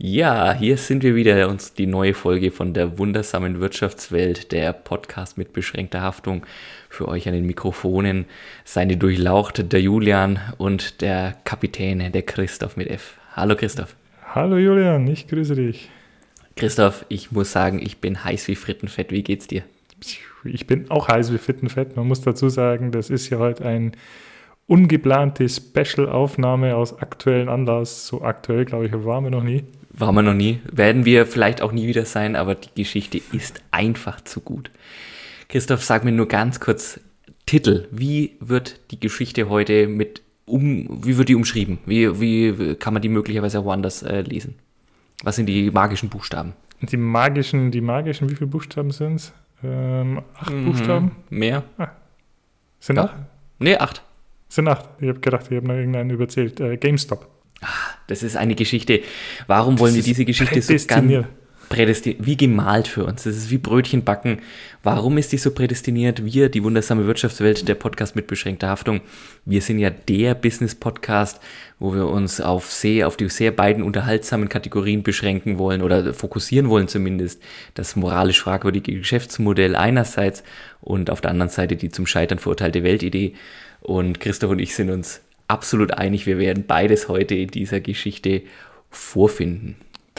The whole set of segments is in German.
Ja, hier sind wir wieder, uns die neue Folge von der wundersamen Wirtschaftswelt, der Podcast mit beschränkter Haftung. Für euch an den Mikrofonen seine Durchlaucht der Julian und der Kapitän, der Christoph mit F. Hallo Christoph. Hallo Julian, ich grüße dich. Christoph, ich muss sagen, ich bin heiß wie Frittenfett. Wie geht's dir? Ich bin auch heiß wie Frittenfett. Man muss dazu sagen, das ist ja heute ein ungeplante Special-Aufnahme aus aktuellen Anlass. So aktuell, glaube ich, waren wir noch nie. Waren wir noch nie. Werden wir vielleicht auch nie wieder sein, aber die Geschichte ist einfach zu gut. Christoph, sag mir nur ganz kurz, Titel. Wie wird die Geschichte heute wie wird die umschrieben? Wie kann man die möglicherweise auch woanders lesen? Was sind die magischen Buchstaben? Die magischen, wie viele Buchstaben sind es? 8 Buchstaben? Mehr? Sind 8? Nee, 8. Sind 8. Ich habe gedacht, ich habe noch irgendeinen überzählt. GameStop. Das ist eine Geschichte. Warum wollen wir diese Geschichte so ganz prädestiniert, wie gemalt für uns? Das ist wie Brötchen backen. Warum ist die so prädestiniert? Wir, die wundersame Wirtschaftswelt, der Podcast mit beschränkter Haftung. Wir sind ja der Business-Podcast, wo wir uns auf die sehr beiden unterhaltsamen Kategorien beschränken wollen oder fokussieren wollen zumindest. Das moralisch fragwürdige Geschäftsmodell einerseits und auf der anderen Seite die zum Scheitern verurteilte Weltidee. Und Christoph und ich sind uns absolut einig, wir werden beides heute in dieser Geschichte vorfinden.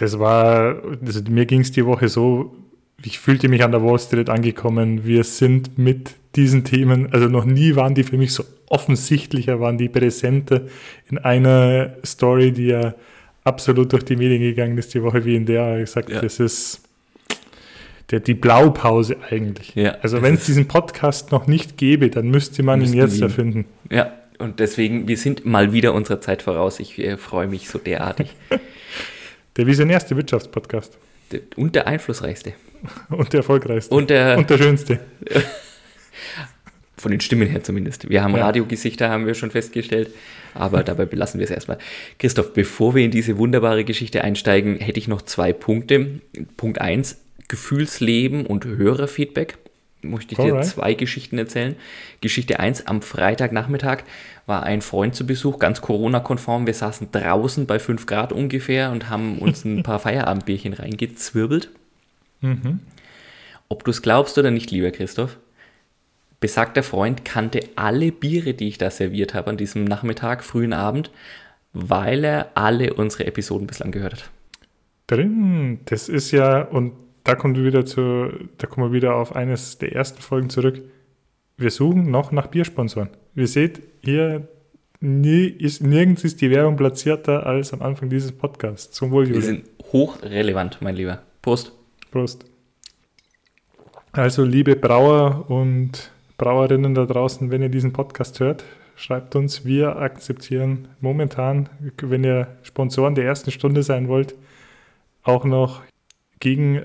Mir ging es die Woche so, ich fühlte mich an der Wall Street angekommen. Wir sind mit diesen Themen, also noch nie waren die für mich so offensichtlicher, waren die präsenter in einer Story, die ja absolut durch die Medien gegangen ist die Woche, wie in der. Ich sage, Das ist die Blaupause eigentlich. Ja, also wenn es diesen Podcast noch nicht gäbe, dann müsste man ihn jetzt erfinden. Ja, und deswegen, wir sind mal wieder unserer Zeit voraus. Ich freue mich so derartig. Der visionärste Wirtschaftspodcast. Und der einflussreichste. Und der erfolgreichste. Und der schönste. Von den Stimmen her zumindest. Wir haben Radiogesichter, haben wir schon festgestellt. Aber dabei belassen wir es erstmal. Christoph, bevor wir in diese wunderbare Geschichte einsteigen, hätte ich noch 2 Punkte. Punkt 1, Gefühlsleben und Hörerfeedback. Möchte ich dir 2 Geschichten erzählen. Geschichte 1, am Freitagnachmittag war ein Freund zu Besuch, ganz Corona-konform. Wir saßen draußen bei 5 Grad ungefähr und haben uns ein paar Feierabendbierchen reingezwirbelt. Mhm. Ob du es glaubst oder nicht, lieber Christoph, besagter Freund kannte alle Biere, die ich da serviert habe an diesem Nachmittag, frühen Abend, weil er alle unsere Episoden bislang gehört hat. Das ist ja, und da kommen wir wieder auf eines der ersten Folgen zurück. Wir suchen noch nach Biersponsoren. Ihr seht, hier nirgends ist die Werbung platzierter als am Anfang dieses Podcasts. Zum Wohl, Julian. Wir sind hochrelevant, mein Lieber. Prost. Prost. Also, liebe Brauer und Brauerinnen da draußen, wenn ihr diesen Podcast hört, schreibt uns. Wir akzeptieren momentan, wenn ihr Sponsoren der ersten Stunde sein wollt, auch noch gegen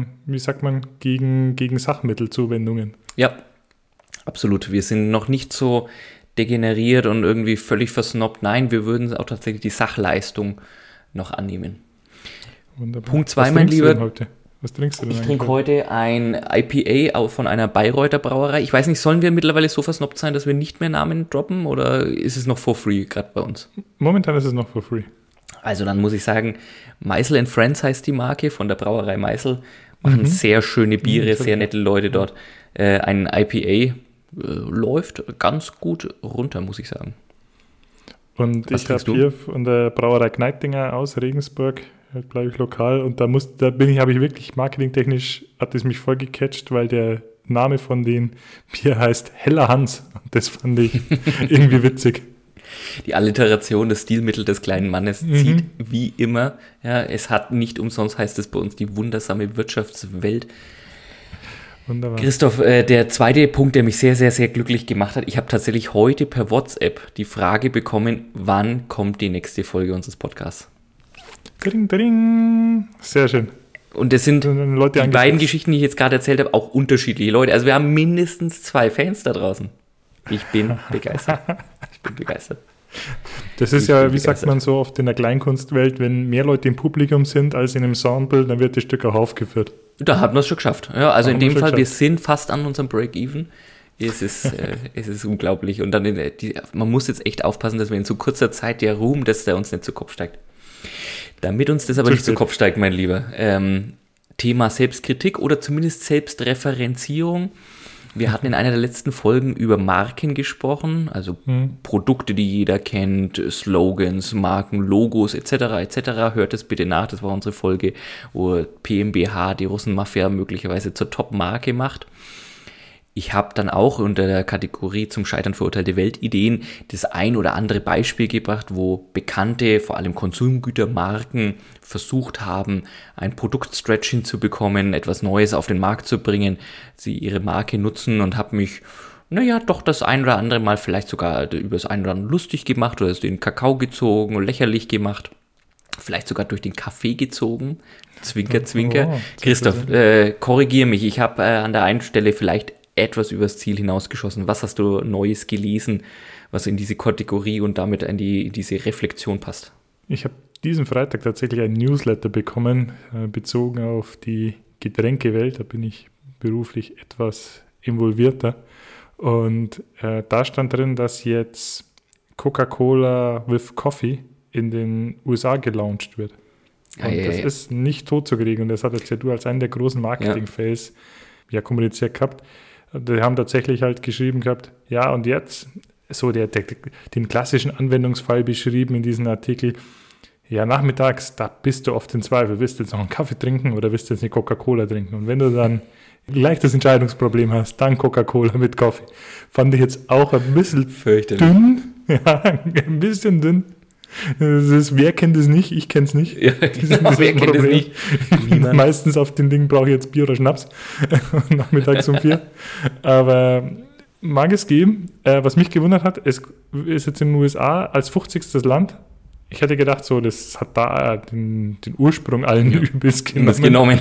Sachmittelzuwendungen. Ja, absolut. Wir sind noch nicht so degeneriert und irgendwie völlig versnobbt. Nein, wir würden auch tatsächlich die Sachleistung noch annehmen. Wunderbar. Punkt 2, mein Lieber. Was trinkst du denn? Ich trinke heute ein IPA von einer Bayreuther Brauerei. Ich weiß nicht, sollen wir mittlerweile so versnobbt sein, dass wir nicht mehr Namen droppen oder ist es noch for free gerade bei uns? Momentan ist es noch for free. Also dann muss ich sagen, Meisel & Friends heißt die Marke von der Brauerei Meisel. Machen sehr schöne Biere, sehr nette Leute dort. Ein IPA läuft ganz gut runter, muss ich sagen. Und ich habe hier von der Brauerei Kneitinger aus Regensburg, bleibe ich lokal, und habe ich wirklich marketingtechnisch, hat es mich voll gecatcht, weil der Name von den Bier heißt Heller Hans. Und das fand ich irgendwie witzig. Die Alliteration, das Stilmittel des kleinen Mannes zieht wie immer. Ja, es hat nicht umsonst, heißt es bei uns, die wundersame Wirtschaftswelt. Wunderbar. Christoph, der zweite Punkt, der mich sehr, sehr, sehr glücklich gemacht hat, ich habe tatsächlich heute per WhatsApp die Frage bekommen, wann kommt die nächste Folge unseres Podcasts? Dring, dring. Sehr schön. Und das sind die beiden Geschichten, die ich jetzt gerade erzählt habe, auch unterschiedliche Leute. Also wir haben mindestens 2 Fans da draußen. Ich bin begeistert. Das ist ja, wie sagt man so oft in der Kleinkunstwelt, wenn mehr Leute im Publikum sind als in einem Ensemble, dann wird das Stück auch aufgeführt. Da hat man es schon geschafft. Ja, also in dem Fall, wir sind fast an unserem Break-Even. Es ist unglaublich. Und dann man muss jetzt echt aufpassen, dass wir in so kurzer Zeit der Ruhm, dass der uns nicht zu Kopf steigt. Damit uns das aber nicht zu Kopf steigt, mein Lieber. Thema Selbstkritik oder zumindest Selbstreferenzierung. Wir hatten in einer der letzten Folgen über Marken gesprochen, also Produkte, die jeder kennt, Slogans, Marken, Logos etc. etc. Hört es bitte nach, das war unsere Folge, wo PMBH die Russenmafia möglicherweise zur Top-Marke macht. Ich habe dann auch unter der Kategorie zum Scheitern verurteilte Weltideen das ein oder andere Beispiel gebracht, wo bekannte, vor allem Konsumgütermarken versucht haben, ein Produktstretch hinzubekommen, etwas Neues auf den Markt zu bringen, sie ihre Marke nutzen und habe mich, doch das ein oder andere Mal vielleicht sogar über das ein oder andere lustig gemacht oder den Kakao gezogen und lächerlich gemacht, vielleicht sogar durch den Kaffee gezogen. Zwinker, zwinker. Oh, Christoph, korrigier mich, ich habe an der einen Stelle vielleicht etwas übers Ziel hinausgeschossen. Was hast du Neues gelesen, was in diese Kategorie und damit in diese Reflexion passt? Ich habe diesen Freitag tatsächlich ein Newsletter bekommen, bezogen auf die Getränkewelt. Da bin ich beruflich etwas involvierter. Und da stand drin, dass jetzt Coca-Cola with Coffee in den USA gelauncht wird. Und das ist nicht tot zu kriegen. Und das hat jetzt ja du als einen der großen Marketing-Fails kommuniziert gehabt. Die haben tatsächlich halt geschrieben gehabt, ja, und jetzt, so den klassischen Anwendungsfall beschrieben in diesem Artikel, ja, nachmittags, da bist du oft in Zweifel, willst du jetzt noch einen Kaffee trinken oder willst du jetzt eine Coca-Cola trinken? Und wenn du dann ein leichtes Entscheidungsproblem hast, dann Coca-Cola mit Kaffee. Fand ich jetzt auch ein bisschen dünn, ein bisschen dünn. Wer kennt es nicht? Ich kenne es nicht. Ja, wer kennt es nicht? Meistens auf den Dingen brauche ich jetzt Bier oder Schnaps. Nachmittags um 4. Aber mag es geben. Was mich gewundert hat, es ist jetzt in den USA als 50. Land. Ich hätte gedacht, so, das hat da den Ursprung allen Übels genommen.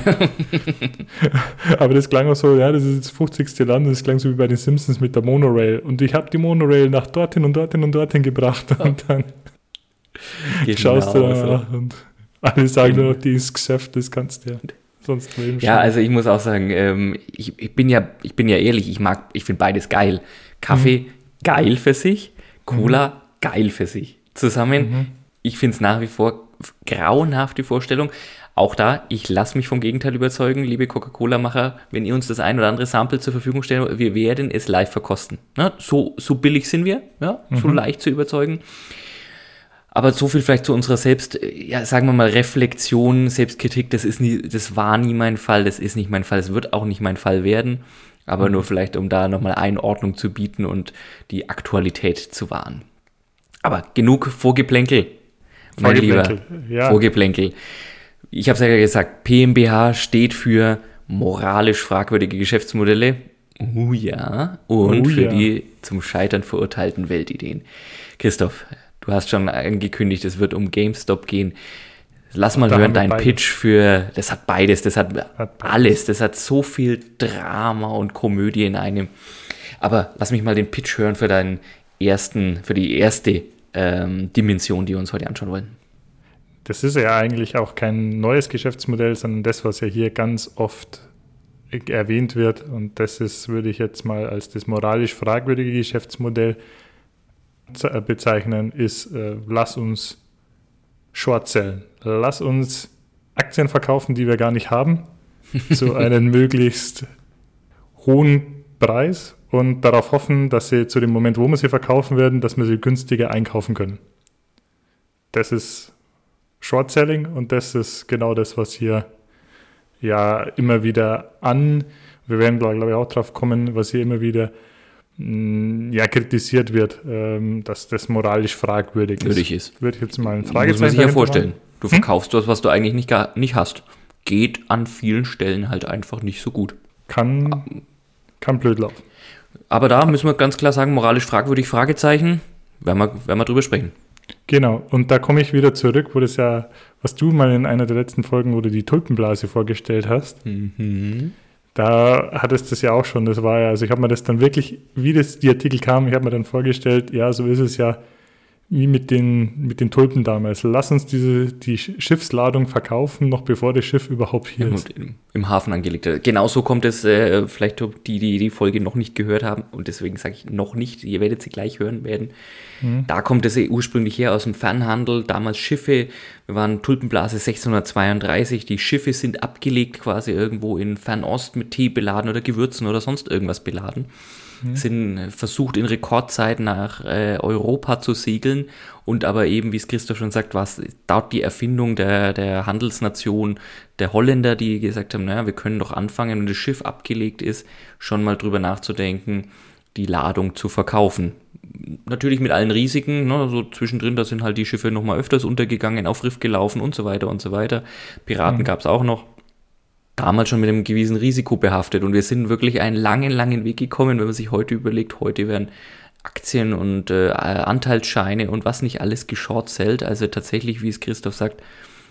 Aber das klang auch so, ja, das ist das 50. Land. Das klang so wie bei den Simpsons mit der Monorail. Und ich habe die Monorail nach dorthin und dorthin und dorthin gebracht. Und dann schaust du danach und alle sagen nur noch, die ist Geschäft, das kannst du ja sonst mal eben schauen. Ja, also ich muss auch sagen, ich bin ja ehrlich, ich finde beides geil. Kaffee, geil für sich, Cola, geil für sich. Zusammen, ich finde es nach wie vor grauenhaft, die Vorstellung. Auch da, ich lasse mich vom Gegenteil überzeugen, liebe Coca-Cola-Macher, wenn ihr uns das ein oder andere Sample zur Verfügung stellt, wir werden es live verkosten. Ja, so billig sind wir, so leicht zu überzeugen. Aber so viel vielleicht zu unserer sagen wir mal, Reflexion, Selbstkritik, das war nie mein Fall, das ist nicht mein Fall, es wird auch nicht mein Fall werden, aber nur vielleicht, um da nochmal Einordnung zu bieten und die Aktualität zu wahren. Aber genug Vorgeplänkel, mein Lieber, Vorgeplänkel. Ich habe es ja gesagt, PMBH steht für moralisch fragwürdige Geschäftsmodelle, und für die zum Scheitern verurteilten Weltideen. Christoph, du hast schon angekündigt, es wird um GameStop gehen. Lass mal hören, dein Pitch das hat beides, das hat alles, das hat so viel Drama und Komödie in einem. Aber lass mich mal den Pitch hören für die erste Dimension, die wir uns heute anschauen wollen. Das ist ja eigentlich auch kein neues Geschäftsmodell, sondern das, was ja hier ganz oft erwähnt wird. Und das würde ich jetzt mal als das moralisch fragwürdige Geschäftsmodell bezeichnen, ist, lass uns Short sellen. Lass uns Aktien verkaufen, die wir gar nicht haben, zu einem möglichst hohen Preis und darauf hoffen, dass sie zu dem Moment, wo wir sie verkaufen werden, dass wir sie günstiger einkaufen können. Das ist Short Selling und das ist genau das, was hier ja immer wieder wir werden glaube ich auch drauf kommen, was hier immer wieder kritisiert wird, dass das moralisch fragwürdig ist. Würde ich jetzt mal ein Fragezeichen. Muss man sich ja vorstellen. Du verkaufst was du eigentlich nicht hast. Geht an vielen Stellen halt einfach nicht so gut. Kann blöd laufen. Aber da müssen wir ganz klar sagen, moralisch fragwürdig, Fragezeichen, werden wir drüber sprechen. Genau, und da komme ich wieder zurück, wo das ja, was du mal in einer der letzten Folgen, wo du die Tulpenblase vorgestellt hast, da hattest du es ja auch schon, das war ja, also ich habe mir das dann wirklich, wie die Artikel kamen, ich habe mir dann vorgestellt, ja, so ist es ja, wie mit den Tulpen damals. Lass uns die Schiffsladung verkaufen, noch bevor das Schiff überhaupt hier ist. Im Hafen angelegt. Genauso kommt es, vielleicht die Folge noch nicht gehört haben, und deswegen sage ich noch nicht, ihr werdet sie gleich hören werden. Da kommt es ursprünglich her aus dem Fernhandel, damals Schiffe, wir waren Tulpenblase 1632, die Schiffe sind abgelegt quasi irgendwo in Fernost mit Tee beladen oder Gewürzen oder sonst irgendwas beladen. Sind versucht in Rekordzeit nach Europa zu segeln, und aber eben, wie es Christoph schon sagt, war es dort die Erfindung der Handelsnation der Holländer, die gesagt haben, naja, wir können doch anfangen, wenn das Schiff abgelegt ist, schon mal drüber nachzudenken, die Ladung zu verkaufen. Natürlich mit allen Risiken, ne, so zwischendrin, da sind halt die Schiffe nochmal öfters untergegangen, auf Riff gelaufen und so weiter und so weiter. Piraten gab es auch noch. Damals schon mit einem gewissen Risiko behaftet, und wir sind wirklich einen langen Weg gekommen, wenn man sich heute überlegt, heute werden Aktien und Anteilsscheine und was nicht alles geshortsellt, also tatsächlich, wie es Christoph sagt,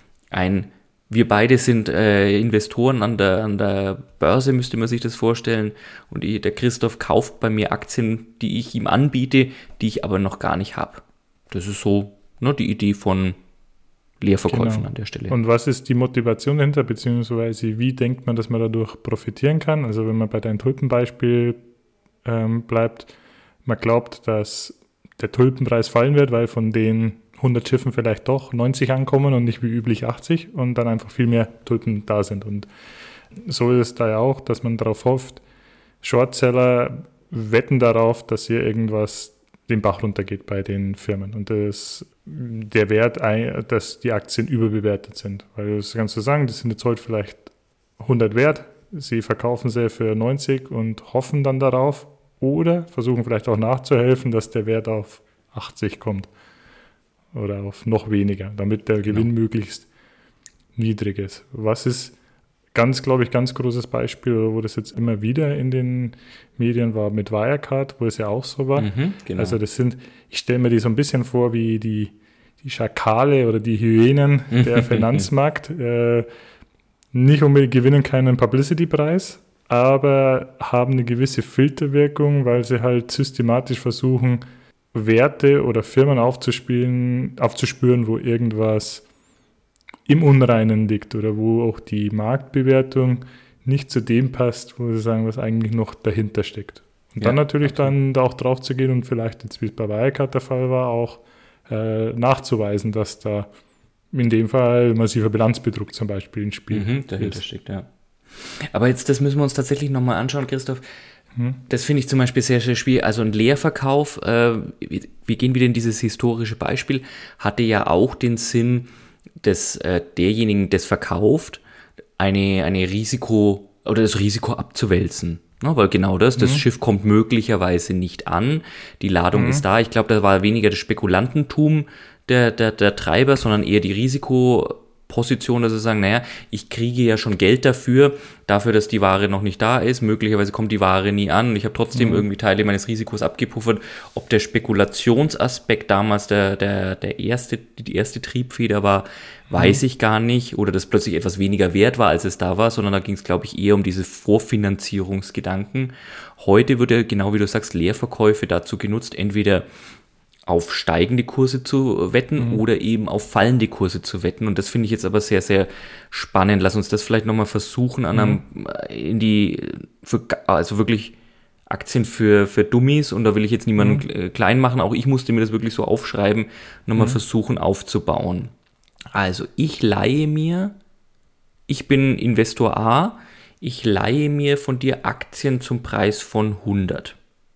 wir beide sind Investoren an der Börse, müsste man sich das vorstellen, und der Christoph kauft bei mir Aktien, die ich ihm anbiete, die ich aber noch gar nicht habe. Das ist so, ne, die Idee von Leerverkäufen an der Stelle. Und was ist die Motivation dahinter, beziehungsweise wie denkt man, dass man dadurch profitieren kann? Also wenn man bei deinem Tulpenbeispiel bleibt, man glaubt, dass der Tulpenpreis fallen wird, weil von den 100 Schiffen vielleicht doch 90 ankommen und nicht wie üblich 80 und dann einfach viel mehr Tulpen da sind. Und so ist es da ja auch, dass man darauf hofft, Shortseller wetten darauf, dass hier irgendwas den Bach runtergeht bei den Firmen, und der Wert, dass die Aktien überbewertet sind. Weil das kannst du sagen, die sind jetzt heute vielleicht 100 wert, sie verkaufen sie für 90 und hoffen dann darauf, oder versuchen vielleicht auch nachzuhelfen, dass der Wert auf 80 kommt oder auf noch weniger, damit der Gewinn möglichst niedrig ist. Was ist ganz großes Beispiel, wo das jetzt immer wieder in den Medien war, mit Wirecard, wo es ja auch so war. Genau. Also ich stelle mir die so ein bisschen vor wie die Schakale oder die Hyänen der Finanzmarkt. Nicht unbedingt gewinnen keinen Publicity-Preis, aber haben eine gewisse Filterwirkung, weil sie halt systematisch versuchen, Werte oder Firmen aufzuspüren, wo irgendwas im Unreinen liegt oder wo auch die Marktbewertung nicht zu dem passt, wo sie sagen, was eigentlich noch dahinter steckt. Und dann natürlich dann auch drauf zu gehen und vielleicht, jetzt wie es bei Wirecard der Fall war, auch nachzuweisen, dass da in dem Fall massiver Bilanzbetrug zum Beispiel ins Spiel dahinter steckt, ja. Aber jetzt, das müssen wir uns tatsächlich nochmal anschauen, Christoph. Das finde ich zum Beispiel sehr, sehr schwierig. Also ein Leerverkauf, wir gehen wieder in dieses historische Beispiel, hatte ja auch den Sinn, dass derjenigen, das verkauft, eine Risiko oder das Risiko abzuwälzen. Ja, weil genau das Schiff kommt möglicherweise nicht an, die Ladung ist da. Ich glaube, da war weniger das Spekulantentum der Treiber, sondern eher die Risikoposition, dass sie sagen, naja, ich kriege ja schon Geld dafür, dass die Ware noch nicht da ist. Möglicherweise kommt die Ware nie an und ich habe trotzdem irgendwie Teile meines Risikos abgepuffert. Ob der Spekulationsaspekt damals die erste Triebfeder war, weiß ich gar nicht. Oder dass plötzlich etwas weniger wert war, als es da war, sondern da ging es, glaube ich, eher um diese Vorfinanzierungsgedanken. Heute wird ja, genau wie du sagst, Leerverkäufe dazu genutzt, entweder auf steigende Kurse zu wetten oder eben auf fallende Kurse zu wetten. Und das finde ich jetzt aber sehr, sehr spannend. Lass uns das vielleicht nochmal versuchen, also wirklich Aktien für Dummies, und da will ich jetzt niemanden klein machen, auch ich musste mir das wirklich so aufschreiben, nochmal versuchen aufzubauen. Also ich bin Investor A, ich leihe mir von dir Aktien zum Preis von 100.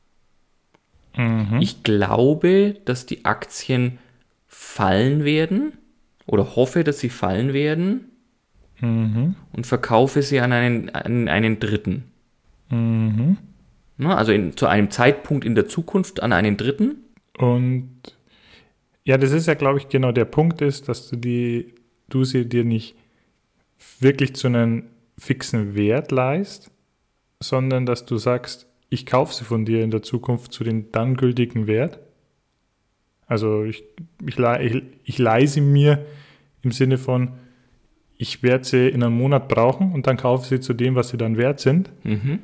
Ich glaube, dass die Aktien fallen werden oder hoffe, dass sie fallen werden und verkaufe sie an einen Dritten. Also zu einem Zeitpunkt in der Zukunft an einen Dritten. Und ja, das ist ja, glaube ich, genau der Punkt ist, dass du sie dir nicht wirklich zu einem fixen Wert leihst, sondern dass du sagst, ich kaufe sie von dir in der Zukunft zu den dann gültigen Wert. Also ich leihe sie mir im Sinne von, ich werde sie in einem Monat brauchen und dann kaufe sie zu dem, was sie dann wert sind.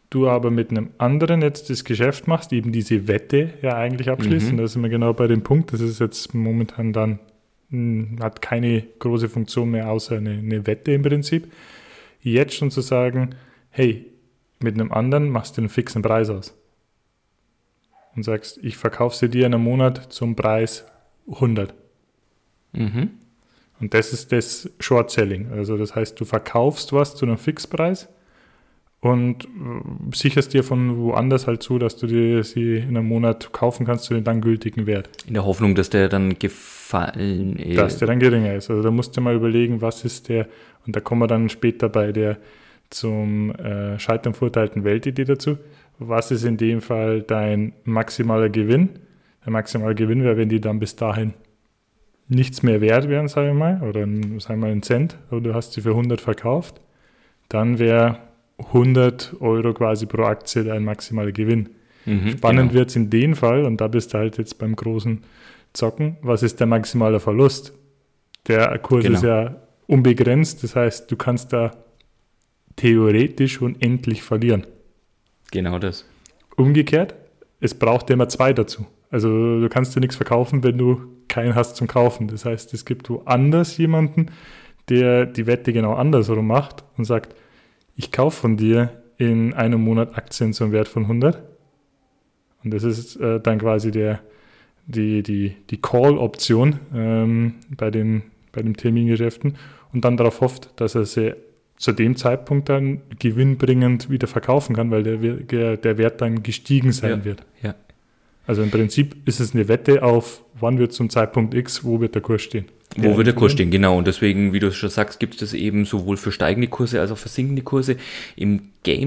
du aber mit einem anderen jetzt das Geschäft machst, eben diese Wette ja eigentlich abschließt. Und da sind wir genau bei dem Punkt, das ist jetzt momentan dann, hat keine große Funktion mehr, außer eine Wette im Prinzip. Jetzt schon zu sagen, hey, mit einem anderen machst du einen fixen Preis aus. Und sagst, ich verkaufe sie dir in einem Monat zum Preis 100. Mhm. Und das ist das Short Selling. Also das heißt, du verkaufst was zu einem Fixpreis und sicherst dir von woanders halt zu, dass du dir sie in einem Monat kaufen kannst zu dem dann gültigen Wert. In der Hoffnung, dass der dann gefallen ist. Dass der dann geringer ist. Also da musst du mal überlegen, was ist der, und da kommen wir dann später bei der zum Scheitern verurteilten Weltidee dazu. Was ist in dem Fall dein maximaler Gewinn? Der maximale Gewinn wäre, wenn die dann bis dahin nichts mehr wert wären, sage ich mal, oder sagen wir mal einen Cent, aber du hast sie für 100 verkauft, dann wäre 100 Euro quasi pro Aktie dein maximaler Gewinn. Spannend wird es in dem Fall, und da bist du halt jetzt beim großen Zocken, was ist der maximale Verlust? Der Kurs ist ja unbegrenzt, das heißt, du kannst da theoretisch unendlich verlieren. Genau das. Umgekehrt, es braucht ja immer zwei dazu. Also du kannst dir nichts verkaufen, wenn du keinen hast zum Kaufen. Das heißt, es gibt woanders jemanden, der die Wette genau andersrum macht und sagt, ich kaufe von dir in einem Monat Aktien zum Wert von 100. Und das ist dann quasi die Call-Option bei den Termingeschäften und dann darauf hofft, dass er sie zu dem Zeitpunkt dann gewinnbringend wieder verkaufen kann, weil der Wert dann gestiegen sein wird. Ja. Also im Prinzip ist es eine Wette auf, wann wird zum Zeitpunkt X, wo wird der Kurs stehen. Wo wird der Kurs stehen, genau. Und deswegen, wie du schon sagst, gibt es das eben sowohl für steigende Kurse als auch für sinkende Kurse. Im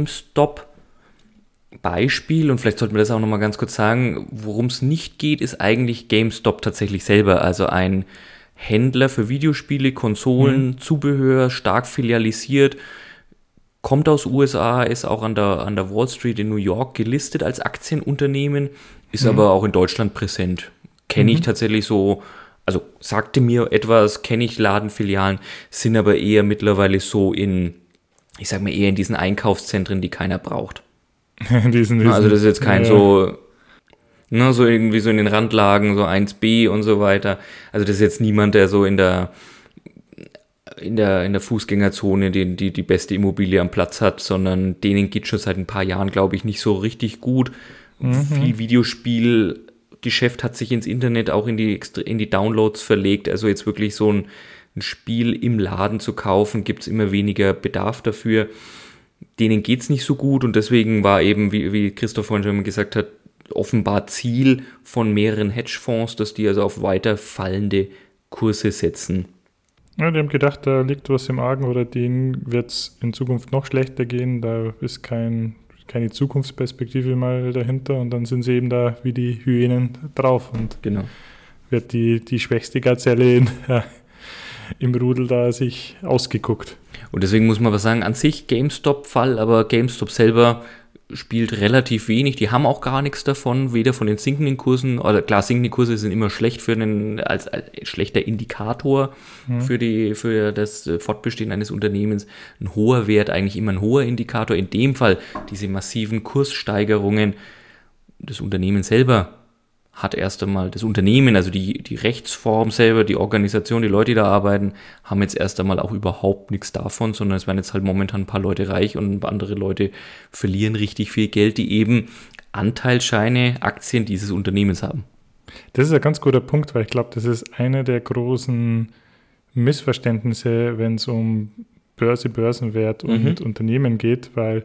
GameStop-Beispiel, und vielleicht sollten wir das auch nochmal ganz kurz sagen, worum es nicht geht, ist eigentlich GameStop tatsächlich selber. Also ein Händler für Videospiele, Konsolen, Zubehör, stark filialisiert, kommt aus USA, ist auch an der Wall Street in New York gelistet als Aktienunternehmen, ist aber auch in Deutschland präsent. Kenne ich tatsächlich so, also sagte mir etwas, kenne ich Ladenfilialen, sind aber eher mittlerweile so eher in diesen Einkaufszentren, die keiner braucht. Also das ist jetzt kein so irgendwie so in den Randlagen, so 1b und so weiter. Also das ist jetzt niemand, der so in der Fußgängerzone die beste Immobilie am Platz hat, sondern denen geht schon seit ein paar Jahren, glaube ich, nicht so richtig gut. Viel Videospielgeschäft hat sich ins Internet auch in die Downloads verlegt. Also jetzt wirklich so ein Spiel im Laden zu kaufen, gibt es immer weniger Bedarf dafür. Denen geht es nicht so gut und deswegen war eben, wie Christoph vorhin schon gesagt hat, offenbar Ziel von mehreren Hedgefonds, dass die also auf weiter fallende Kurse setzen. Ja, die haben gedacht, da liegt was im Argen oder denen wird es in Zukunft noch schlechter gehen, da ist keine Zukunftsperspektive mal dahinter und dann sind sie eben da wie die Hyänen drauf und wird die schwächste Gazelle im Rudel da sich ausgeguckt. Und deswegen muss man aber sagen, an sich GameStop-Fall, aber GameStop selber spielt relativ wenig, die haben auch gar nichts davon, weder von den sinkenden Kursen, oder klar, sinkende Kurse sind immer schlecht als schlechter Indikator für das Fortbestehen eines Unternehmens. Ein hoher Wert eigentlich immer ein hoher Indikator. In dem Fall diese massiven Kurssteigerungen des Unternehmens selber hat erst einmal das Unternehmen, also die Rechtsform selber, die Organisation, die Leute, die da arbeiten, haben jetzt erst einmal auch überhaupt nichts davon, sondern es werden jetzt halt momentan ein paar Leute reich und ein paar andere Leute verlieren richtig viel Geld, die eben Anteilsscheine, Aktien dieses Unternehmens haben. Das ist ein ganz guter Punkt, weil ich glaube, das ist eine der großen Missverständnisse, wenn es um Börsenwert und Unternehmen geht, weil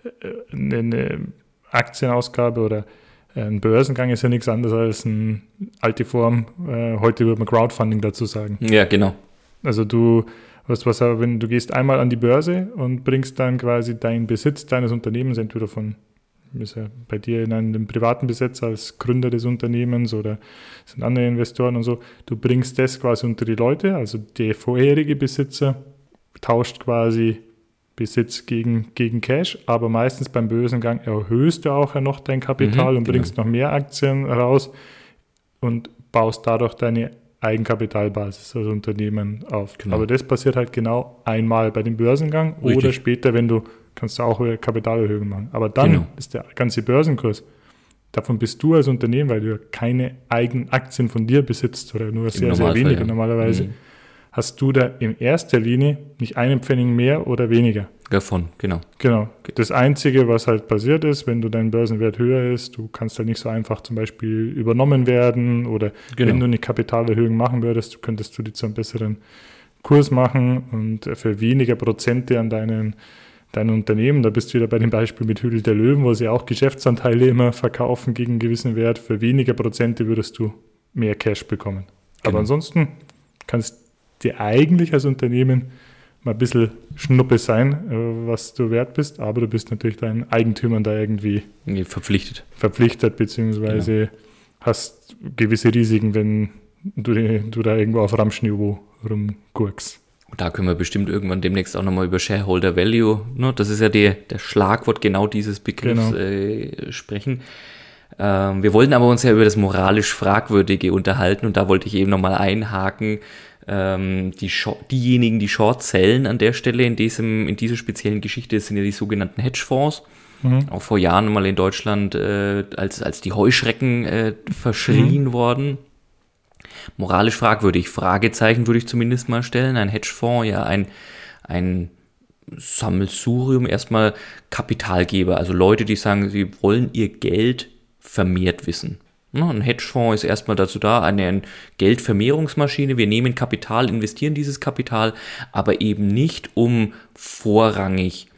eine Aktienausgabe oder ein Börsengang ist ja nichts anderes als eine alte Form. Heute würde man Crowdfunding dazu sagen. Ja, genau. Also wenn du gehst einmal an die Börse und bringst dann quasi deinen Besitz deines Unternehmens, entweder ist ja bei dir in einem privaten Besitz als Gründer des Unternehmens oder sind andere Investoren und so, du bringst das quasi unter die Leute, also der vorherige Besitzer tauscht quasi Besitz gegen Cash, aber meistens beim Börsengang erhöhst du auch noch dein Kapital und bringst noch mehr Aktien raus und baust dadurch deine Eigenkapitalbasis als Unternehmen auf. Genau. Aber das passiert halt genau einmal bei dem Börsengang oder später, wenn du kannst du auch Kapitalerhöhungen machen. Aber dann ist der ganze Börsenkurs, davon bist du als Unternehmen, weil du ja keine eigenen Aktien von dir besitzt oder nur sehr, sehr wenige normalerweise, hast du da in erster Linie nicht einen Pfennig mehr oder weniger. Davon, genau. Genau. Das Einzige, was halt passiert ist, wenn du dein Börsenwert höher ist, du kannst halt nicht so einfach zum Beispiel übernommen werden oder wenn du eine Kapitalerhöhung machen würdest, könntest du die zu einem besseren Kurs machen und für weniger Prozente an dein Unternehmen, da bist du wieder bei dem Beispiel mit Hügel der Löwen, wo sie auch Geschäftsanteile immer verkaufen gegen einen gewissen Wert, für weniger Prozente würdest du mehr Cash bekommen. Aber ansonsten kannst dir eigentlich als Unternehmen mal ein bisschen Schnuppe sein, was du wert bist, aber du bist natürlich deinen Eigentümern da irgendwie verpflichtet, beziehungsweise hast gewisse Risiken, wenn du da irgendwo auf Ramschniveau rumgurkst. Und da können wir bestimmt irgendwann demnächst auch nochmal über Shareholder Value, ne? Das ist ja der Schlagwort genau dieses Begriffs sprechen. Wir wollten aber uns ja über das moralisch Fragwürdige unterhalten und da wollte ich eben nochmal einhaken. Diejenigen, die Short sellen an der Stelle in dieser speziellen Geschichte, sind ja die sogenannten Hedgefonds. Auch vor Jahren mal in Deutschland als die Heuschrecken verschrien worden. Moralisch fragwürdig, Fragezeichen würde ich zumindest mal stellen. Ein Hedgefonds, ja ein Sammelsurium, erstmal Kapitalgeber, also Leute, die sagen, sie wollen ihr Geld vermehrt wissen. Ein Hedgefonds ist erstmal dazu da, eine Geldvermehrungsmaschine. Wir nehmen Kapital, investieren dieses Kapital, aber eben nicht, um vorrangig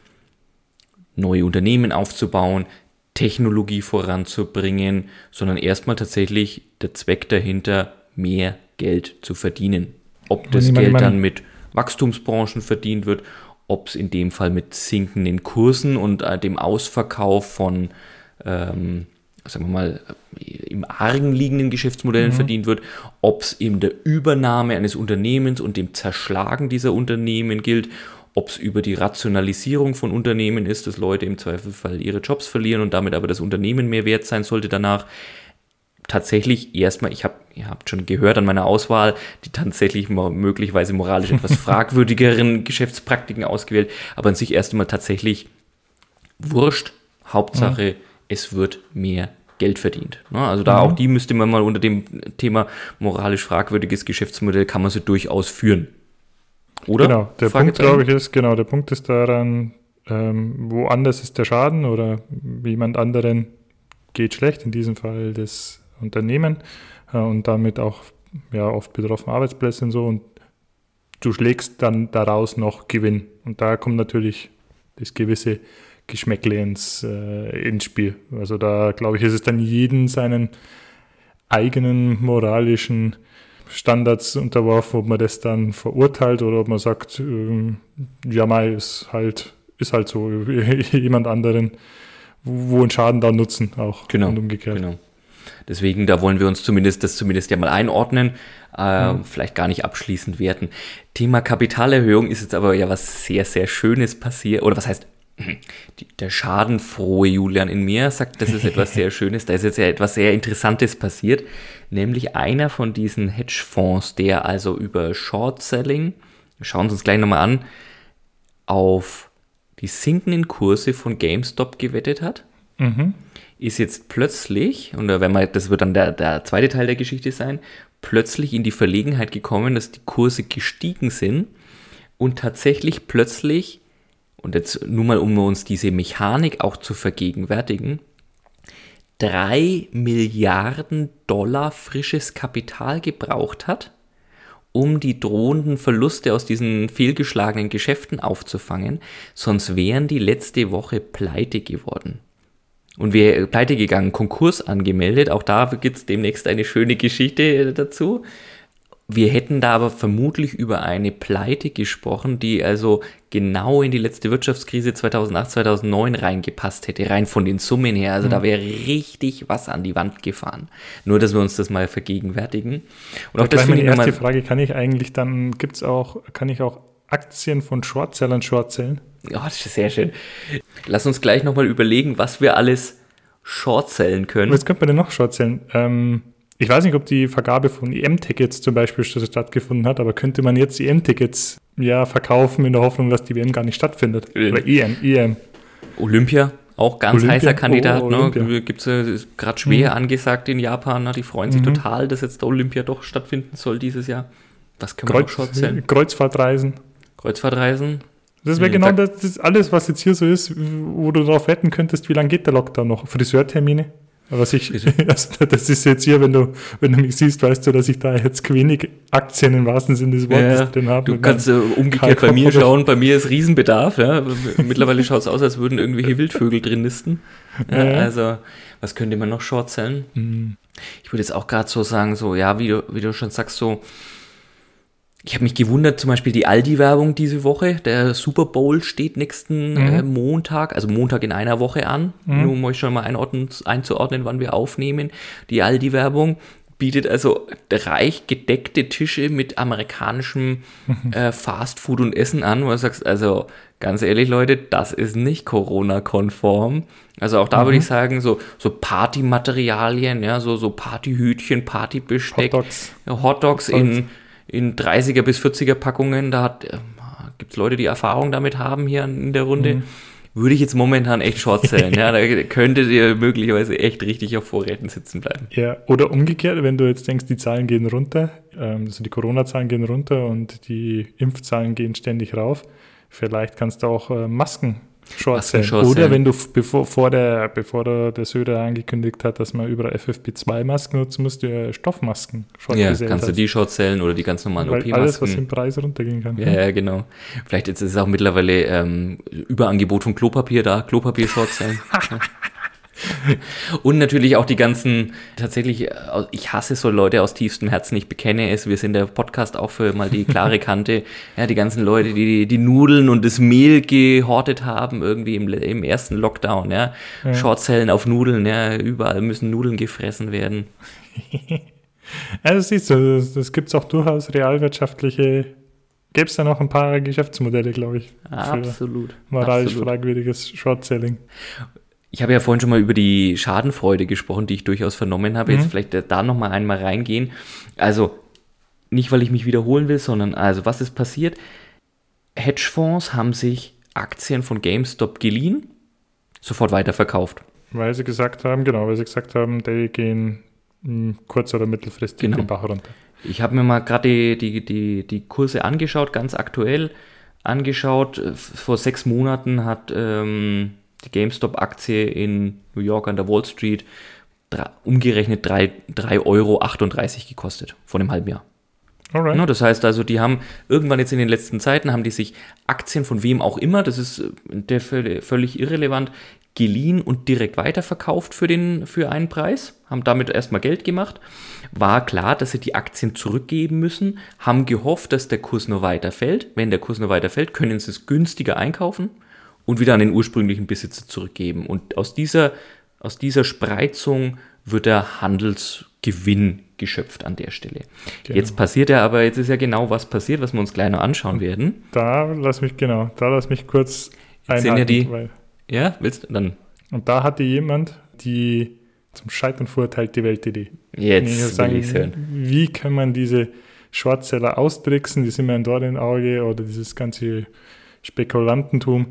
neue Unternehmen aufzubauen, Technologie voranzubringen, sondern erstmal tatsächlich der Zweck dahinter, mehr Geld zu verdienen. Ob das Geld dann mit Wachstumsbranchen verdient wird, ob es in dem Fall mit sinkenden Kursen und dem Ausverkauf von sagen wir mal, im argen liegenden Geschäftsmodellen verdient wird, ob es in der Übernahme eines Unternehmens und dem Zerschlagen dieser Unternehmen gilt, ob es über die Rationalisierung von Unternehmen ist, dass Leute im Zweifelsfall ihre Jobs verlieren und damit aber das Unternehmen mehr wert sein sollte danach. Tatsächlich erstmal, ihr habt schon gehört an meiner Auswahl, die tatsächlich möglicherweise moralisch etwas fragwürdigeren Geschäftspraktiken ausgewählt, aber an sich erst einmal tatsächlich wurscht, Hauptsache es wird mehr Geld verdient. Also da auch die müsste man mal unter dem Thema moralisch fragwürdiges Geschäftsmodell kann man sie durchaus führen. Oder? Genau, der Punkt, glaube ich, der Punkt ist daran, woanders ist der Schaden oder jemand anderen geht schlecht, in diesem Fall das Unternehmen und damit auch oft betroffene Arbeitsplätze und so und du schlägst dann daraus noch Gewinn. Und da kommt natürlich das gewisse Geschmäckle ins Spiel. Also da, glaube ich, ist es dann jeden seinen eigenen moralischen Standards unterworfen, ob man das dann verurteilt oder ob man sagt, ist halt so, jemand anderen, wo ein Schaden da nutzen auch und umgekehrt. Genau. Deswegen, da wollen wir uns zumindest ja mal einordnen, vielleicht gar nicht abschließend werten. Thema Kapitalerhöhung ist jetzt aber ja was sehr, sehr Schönes passiert, oder was heißt, der schadenfrohe Julian in mir sagt, das ist etwas sehr Schönes, da ist jetzt ja etwas sehr Interessantes passiert, nämlich einer von diesen Hedgefonds, der also über Short-Selling, wir schauen uns gleich nochmal an, auf die sinkenden Kurse von GameStop gewettet hat, ist jetzt plötzlich, und das wird dann der zweite Teil der Geschichte sein, plötzlich in die Verlegenheit gekommen, dass die Kurse gestiegen sind und tatsächlich plötzlich, und jetzt nur mal, um uns diese Mechanik auch zu vergegenwärtigen, 3 Milliarden Dollar frisches Kapital gebraucht hat, um die drohenden Verluste aus diesen fehlgeschlagenen Geschäften aufzufangen, sonst wären die letzte Woche pleite geworden. Und wir pleite gegangen, Konkurs angemeldet, auch da gibt es demnächst eine schöne Geschichte dazu. Wir hätten da aber vermutlich über eine Pleite gesprochen, die also genau in die letzte Wirtschaftskrise 2008, 2009 reingepasst hätte, rein von den Summen her. Also da wäre richtig was an die Wand gefahren. Nur, dass wir uns das mal vergegenwärtigen. Und auch das finde ich erste Frage, kann ich auch Aktien von Shortsellern shortsellen? Ja, das ist sehr schön. Lass uns gleich nochmal überlegen, was wir alles shortsellen können. Was könnte man denn noch shortsellen? Ich weiß nicht, ob die Vergabe von EM-Tickets zum Beispiel stattgefunden hat, aber könnte man jetzt EM-Tickets verkaufen in der Hoffnung, dass die WM gar nicht stattfindet? Oder EM. Olympia, auch ganz heißer Kandidat. Ne? Gibt es gerade schwer angesagt in Japan. Ne? Die freuen sich total, dass jetzt der Olympia doch stattfinden soll dieses Jahr. Was können wir noch erzählen? Kreuzfahrtreisen. Das wäre genau das ist alles, was jetzt hier so ist, wo du darauf wetten könntest, wie lange geht der Lockdown noch? Friseurtermine? Das ist jetzt hier, wenn du mich siehst, weißt du, dass ich da jetzt wenig Aktien im wahrsten Sinne des Wortes drin habe. Du kannst umgekehrt bei mir schauen, bei mir ist Riesenbedarf. Ja. Mittlerweile schaut es aus, als würden irgendwelche Wildvögel drin nisten. Ja, also, was könnte man noch shortsellen? Ich würde jetzt auch gerade so sagen, so, ja, wie du schon sagst, so, ich habe mich gewundert, zum Beispiel die Aldi-Werbung diese Woche. Der Super Bowl steht nächsten Montag, also Montag in einer Woche an. Nur um euch schon mal einzuordnen, wann wir aufnehmen. Die Aldi-Werbung bietet also reich gedeckte Tische mit amerikanischem Fastfood und Essen an, wo du sagst, also ganz ehrlich, Leute, das ist nicht Corona-konform. Also auch da würde ich sagen, so Partymaterialien, ja, so Partyhütchen, Partybesteck, Hotdogs in 30er bis 40er Packungen, da gibt es Leute, die Erfahrung damit haben hier in der Runde, würde ich jetzt momentan echt shortsellen. Ja, da könntet ihr möglicherweise echt richtig auf Vorräten sitzen bleiben. Ja, oder umgekehrt, wenn du jetzt denkst, die Zahlen gehen runter, also die Corona-Zahlen gehen runter und die Impfzahlen gehen ständig rauf, vielleicht kannst du auch Masken shortsellen. Oder wenn du, bevor der Söder angekündigt hat, dass man überall FFP2-Masken nutzen muss, Stoffmasken shortgesellt kannst du die shortsellen oder die ganz normalen OP-Masken. Alles, was im Preis runtergehen kann. Ja, genau. Vielleicht ist es auch mittlerweile Überangebot von Klopapier da, Klopapier shortsellen. Und natürlich auch die ganzen, tatsächlich, ich hasse so Leute aus tiefstem Herzen, ich bekenne es, wir sind der Podcast auch für mal die klare Kante, ja, die ganzen Leute, die Nudeln und das Mehl gehortet haben, irgendwie im ersten Lockdown, ja, Shortzellen auf Nudeln, ja, überall müssen Nudeln gefressen werden. Also siehst du, das gibt es auch durchaus realwirtschaftliche, gäbe es da noch ein paar Geschäftsmodelle, glaube ich. Absolut. Moralisch fragwürdiges Shortselling. Ich habe ja vorhin schon mal über die Schadenfreude gesprochen, die ich durchaus vernommen habe. Jetzt vielleicht da nochmal einmal reingehen. Also nicht, weil ich mich wiederholen will, sondern also was ist passiert? Hedgefonds haben sich Aktien von GameStop geliehen, sofort weiterverkauft. Weil sie gesagt haben, die gehen kurz- oder mittelfristig den Bach runter. Ich habe mir mal gerade die Kurse angeschaut, ganz aktuell angeschaut. Vor 6 Monaten hat die GameStop-Aktie in New York an der Wall Street umgerechnet 3,38 Euro gekostet vor einem halben Jahr. Alright. No, das heißt also, die haben irgendwann jetzt in den letzten Zeiten, haben die sich Aktien von wem auch immer, das ist völlig irrelevant, geliehen und direkt weiterverkauft für einen Preis, haben damit erstmal Geld gemacht. War klar, dass sie die Aktien zurückgeben müssen, haben gehofft, dass der Kurs nur weiter fällt. Wenn der Kurs nur weiter fällt, können sie es günstiger einkaufen und wieder an den ursprünglichen Besitzer zurückgeben. Und aus dieser Spreizung wird der Handelsgewinn geschöpft an der Stelle. Genau. Jetzt ist ja genau was passiert, was wir uns gleich noch anschauen werden. Lass mich kurz einhaken. Willst du dann? Und da hatte jemand die zum Scheitern verurteilte Weltidee. Jetzt will ich es hören. Wie kann man diese Shortseller austricksen, die sind mir ein Dorn im Auge, oder dieses ganze Spekulantentum.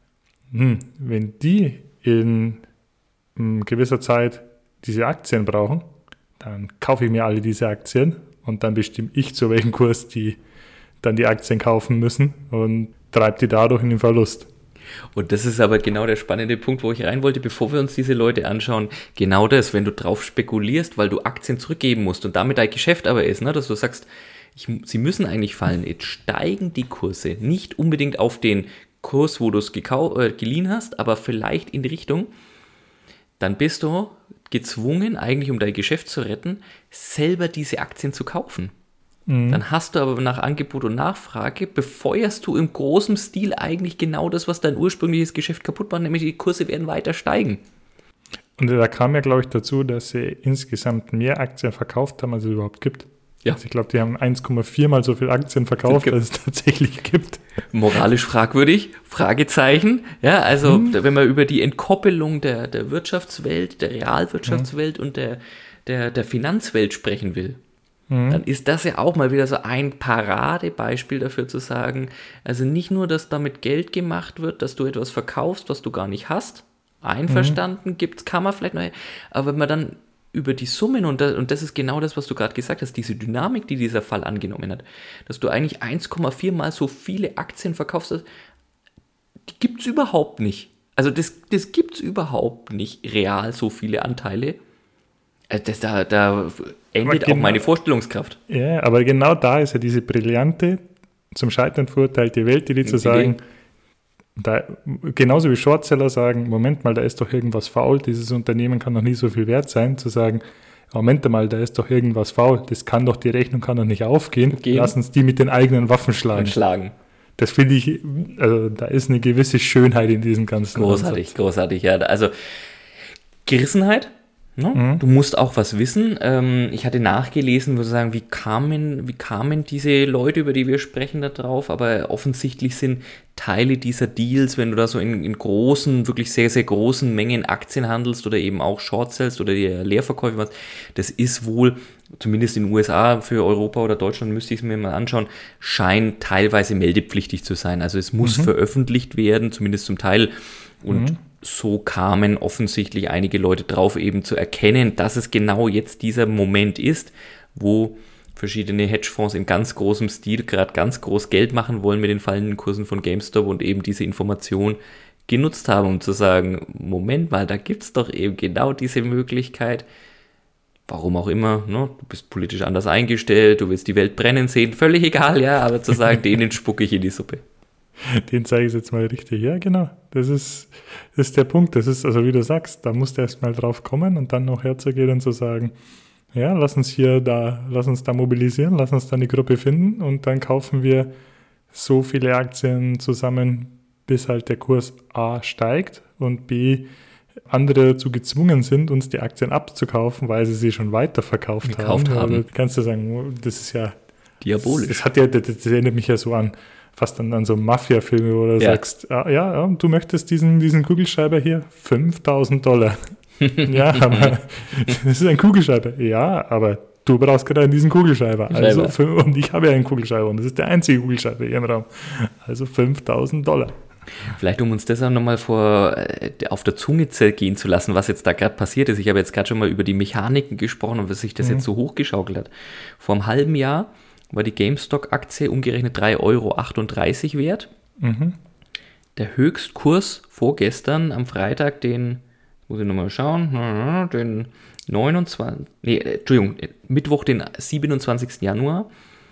Wenn die in gewisser Zeit diese Aktien brauchen, dann kaufe ich mir alle diese Aktien und dann bestimme ich, zu welchem Kurs die dann die Aktien kaufen müssen und treibe die dadurch in den Verlust. Und das ist aber genau der spannende Punkt, wo ich rein wollte, bevor wir uns diese Leute anschauen. Genau das, wenn du drauf spekulierst, weil du Aktien zurückgeben musst und damit dein Geschäft aber ist, ne, dass du sagst, sie müssen eigentlich fallen. Jetzt steigen die Kurse nicht unbedingt auf den Kurs, wo du es geliehen hast, aber vielleicht in die Richtung, dann bist du gezwungen, eigentlich um dein Geschäft zu retten, selber diese Aktien zu kaufen. Dann hast du aber nach Angebot und Nachfrage, befeuerst du im großen Stil eigentlich genau das, was dein ursprüngliches Geschäft kaputt macht, nämlich die Kurse werden weiter steigen. Und da kam ja, glaube ich, dazu, dass sie insgesamt mehr Aktien verkauft haben, als es überhaupt gibt. Ja. Also ich glaube, die haben 1,4 mal so viele Aktien verkauft, als es tatsächlich gibt. Moralisch fragwürdig, Fragezeichen. Ja, also wenn man über die Entkoppelung der Wirtschaftswelt, der Realwirtschaftswelt und der Finanzwelt sprechen will, dann ist das ja auch mal wieder so ein Paradebeispiel dafür zu sagen, also nicht nur, dass damit Geld gemacht wird, dass du etwas verkaufst, was du gar nicht hast, einverstanden, kann man vielleicht noch, aber wenn man dann über die Summen, und das ist genau das, was du gerade gesagt hast, diese Dynamik, die dieser Fall angenommen hat, dass du eigentlich 1,4 mal so viele Aktien verkaufst, die gibt es überhaupt nicht. Also das gibt es überhaupt nicht real, so viele Anteile. Da endet auch meine Vorstellungskraft. Ja, aber genau da ist ja diese brillante, zum Scheitern verurteilte Welt, die zu sagen, da, genauso wie Shortseller sagen, Moment mal, da ist doch irgendwas faul, dieses Unternehmen kann doch nie so viel wert sein, zu sagen, Moment mal, da ist doch irgendwas faul, die Rechnung kann doch nicht aufgehen, lass uns die mit den eigenen Waffen schlagen. Das finde ich, also da ist eine gewisse Schönheit in diesem ganzen Ansatz. Großartig, ja. Also Gerissenheit, ne? Du musst auch was wissen. Ich hatte nachgelesen, würde sagen, wie kamen diese Leute, über die wir sprechen, da drauf, aber offensichtlich sind Teile dieser Deals, wenn du da so in großen, wirklich sehr, sehr großen Mengen Aktien handelst oder eben auch Short Sales oder die Leerverkäufe machst, das ist wohl, zumindest in den USA, für Europa oder Deutschland müsste ich es mir mal anschauen, scheint teilweise meldepflichtig zu sein. Also es muss veröffentlicht werden, zumindest zum Teil. Und so kamen offensichtlich einige Leute drauf, eben zu erkennen, dass es genau jetzt dieser Moment ist, wo verschiedene Hedgefonds in ganz großem Stil gerade ganz groß Geld machen wollen mit den fallenden Kursen von GameStop und eben diese Information genutzt haben, um zu sagen, Moment mal, da gibt es doch eben genau diese Möglichkeit, warum auch immer, ne? Du bist politisch anders eingestellt, du willst die Welt brennen sehen, völlig egal, ja, aber zu sagen, denen spucke ich in die Suppe. Den zeige ich jetzt mal richtig. Ja, genau. Das ist der Punkt. Das ist, also wie du sagst, da musst du erst mal drauf kommen und dann noch herzugehen und zu sagen, ja, lass uns da mobilisieren, lass uns da eine Gruppe finden und dann kaufen wir so viele Aktien zusammen, bis halt der Kurs A steigt und B andere dazu gezwungen sind, uns die Aktien abzukaufen, weil sie schon weiterverkauft haben. Also kannst du sagen, das ist ja diabolisch. Das erinnert mich ja so fast an so Mafia-Filme, wo du sagst, du möchtest diesen Kugelschreiber hier, $5.000. Ja, aber das ist ein Kugelschreiber. Ja, aber du brauchst gerade diesen Kugelschreiber. Und ich habe ja einen Kugelschreiber und das ist der einzige Kugelschreiber hier im Raum. Also $5.000. Vielleicht, um uns das auch nochmal auf der Zunge zergehen zu lassen, was jetzt da gerade passiert ist. Ich habe jetzt gerade schon mal über die Mechaniken gesprochen und was sich das jetzt so hochgeschaukelt hat. Vor einem halben Jahr war die GameStop-Aktie umgerechnet 3,38 € wert. Der Höchstkurs vorgestern am Freitag, muss ich nochmal schauen, Mittwoch, den 27. Januar,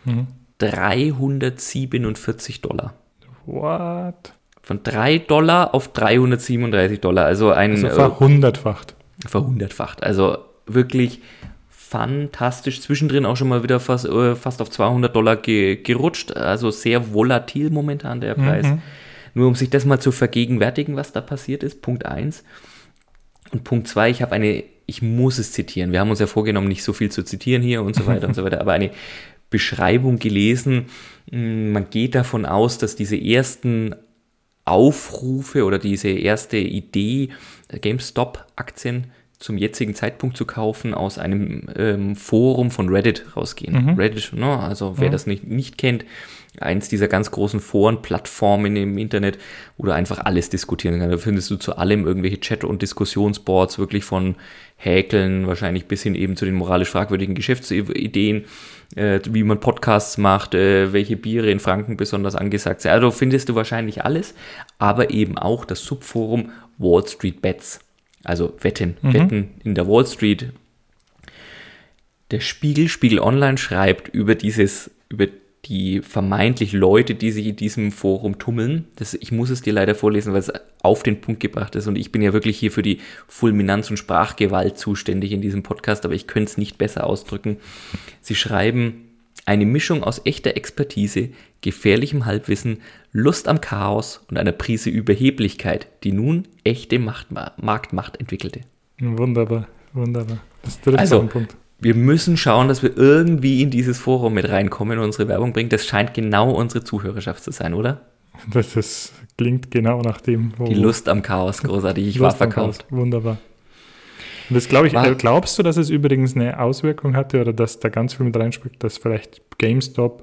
$347. What? Von $3 auf $337. Also verhundertfacht. Verhundertfacht. Also wirklich fantastisch. Zwischendrin auch schon mal wieder fast auf $200 gerutscht. Also sehr volatil momentan der Preis. Nur um sich das mal zu vergegenwärtigen, was da passiert ist. Punkt 1. Und Punkt 2, ich muss es zitieren. Wir haben uns ja vorgenommen, nicht so viel zu zitieren hier und so weiter und so weiter. Aber eine Beschreibung gelesen. Man geht davon aus, dass diese ersten Aufrufe oder diese erste Idee, GameStop-Aktien zum jetzigen Zeitpunkt zu kaufen, aus einem Forum von Reddit rausgehen. Reddit, ne? Also wer das nicht kennt, eins dieser ganz großen Foren-Plattformen im Internet, wo du einfach alles diskutieren kannst. Da findest du zu allem irgendwelche Chat- und Diskussionsboards, wirklich von Häkeln wahrscheinlich bis hin eben zu den moralisch fragwürdigen Geschäftsideen, wie man Podcasts macht, welche Biere in Franken besonders angesagt sind. Also findest du wahrscheinlich alles, aber eben auch das Subforum Wall Street Bets. Also Wetten in der Wall Street. Der Spiegel Online schreibt über die vermeintlich Leute, die sich in diesem Forum tummeln. Ich muss es dir leider vorlesen, weil es auf den Punkt gebracht ist. Und ich bin ja wirklich hier für die Fulminanz und Sprachgewalt zuständig in diesem Podcast, aber ich könnte es nicht besser ausdrücken. Sie schreiben, eine Mischung aus echter Expertise, gefährlichem Halbwissen, Lust am Chaos und einer Prise Überheblichkeit, die nun echte Marktmacht entwickelte. Wunderbar. Das trifft auf den Punkt. Wir müssen schauen, dass wir irgendwie in dieses Forum mit reinkommen und unsere Werbung bringen. Das scheint genau unsere Zuhörerschaft zu sein, oder? Das klingt genau nach dem. Die Lust am Chaos, großartig. Ich war verkauft. Wunderbar. Und das glaube ich, glaubst du, dass es übrigens eine Auswirkung hatte oder dass da ganz viel mit reinspielt, dass vielleicht GameStop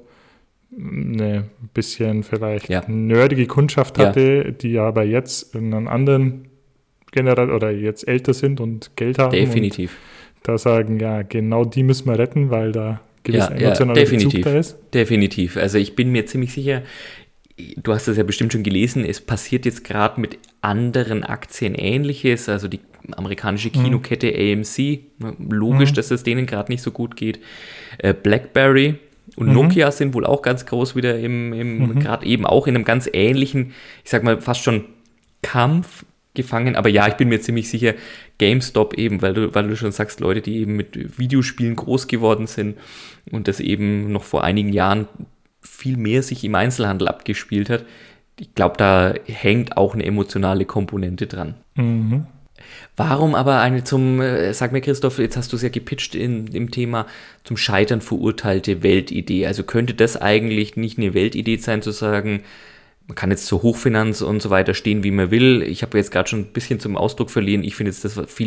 eine bisschen vielleicht nerdige Kundschaft hatte, die aber jetzt in einem anderen oder jetzt älter sind und Geld haben. Definitiv. Und da sagen, ja, genau die müssen wir retten, weil da gewiss emotionaler Bezug da ist. Definitiv. Also ich bin mir ziemlich sicher, du hast das ja bestimmt schon gelesen, es passiert jetzt gerade mit anderen Aktien Ähnliches, also die amerikanische Kinokette AMC, logisch, dass es denen gerade nicht so gut geht. BlackBerry und Nokia sind wohl auch ganz groß wieder gerade eben auch in einem ganz ähnlichen, ich sag mal fast schon Kampf gefangen, aber ja, ich bin mir ziemlich sicher, GameStop eben, weil du schon sagst, Leute, die eben mit Videospielen groß geworden sind und das eben noch vor einigen Jahren viel mehr sich im Einzelhandel abgespielt hat. Ich glaube, da hängt auch eine emotionale Komponente dran. Mhm. Warum aber sag mir Christoph, jetzt hast du es ja gepitcht im Thema zum Scheitern verurteilte Weltidee. Also könnte das eigentlich nicht eine Weltidee sein, zu sagen, man kann jetzt zur Hochfinanz und so weiter stehen, wie man will. Ich habe jetzt gerade schon ein bisschen zum Ausdruck verliehen. Ich finde jetzt,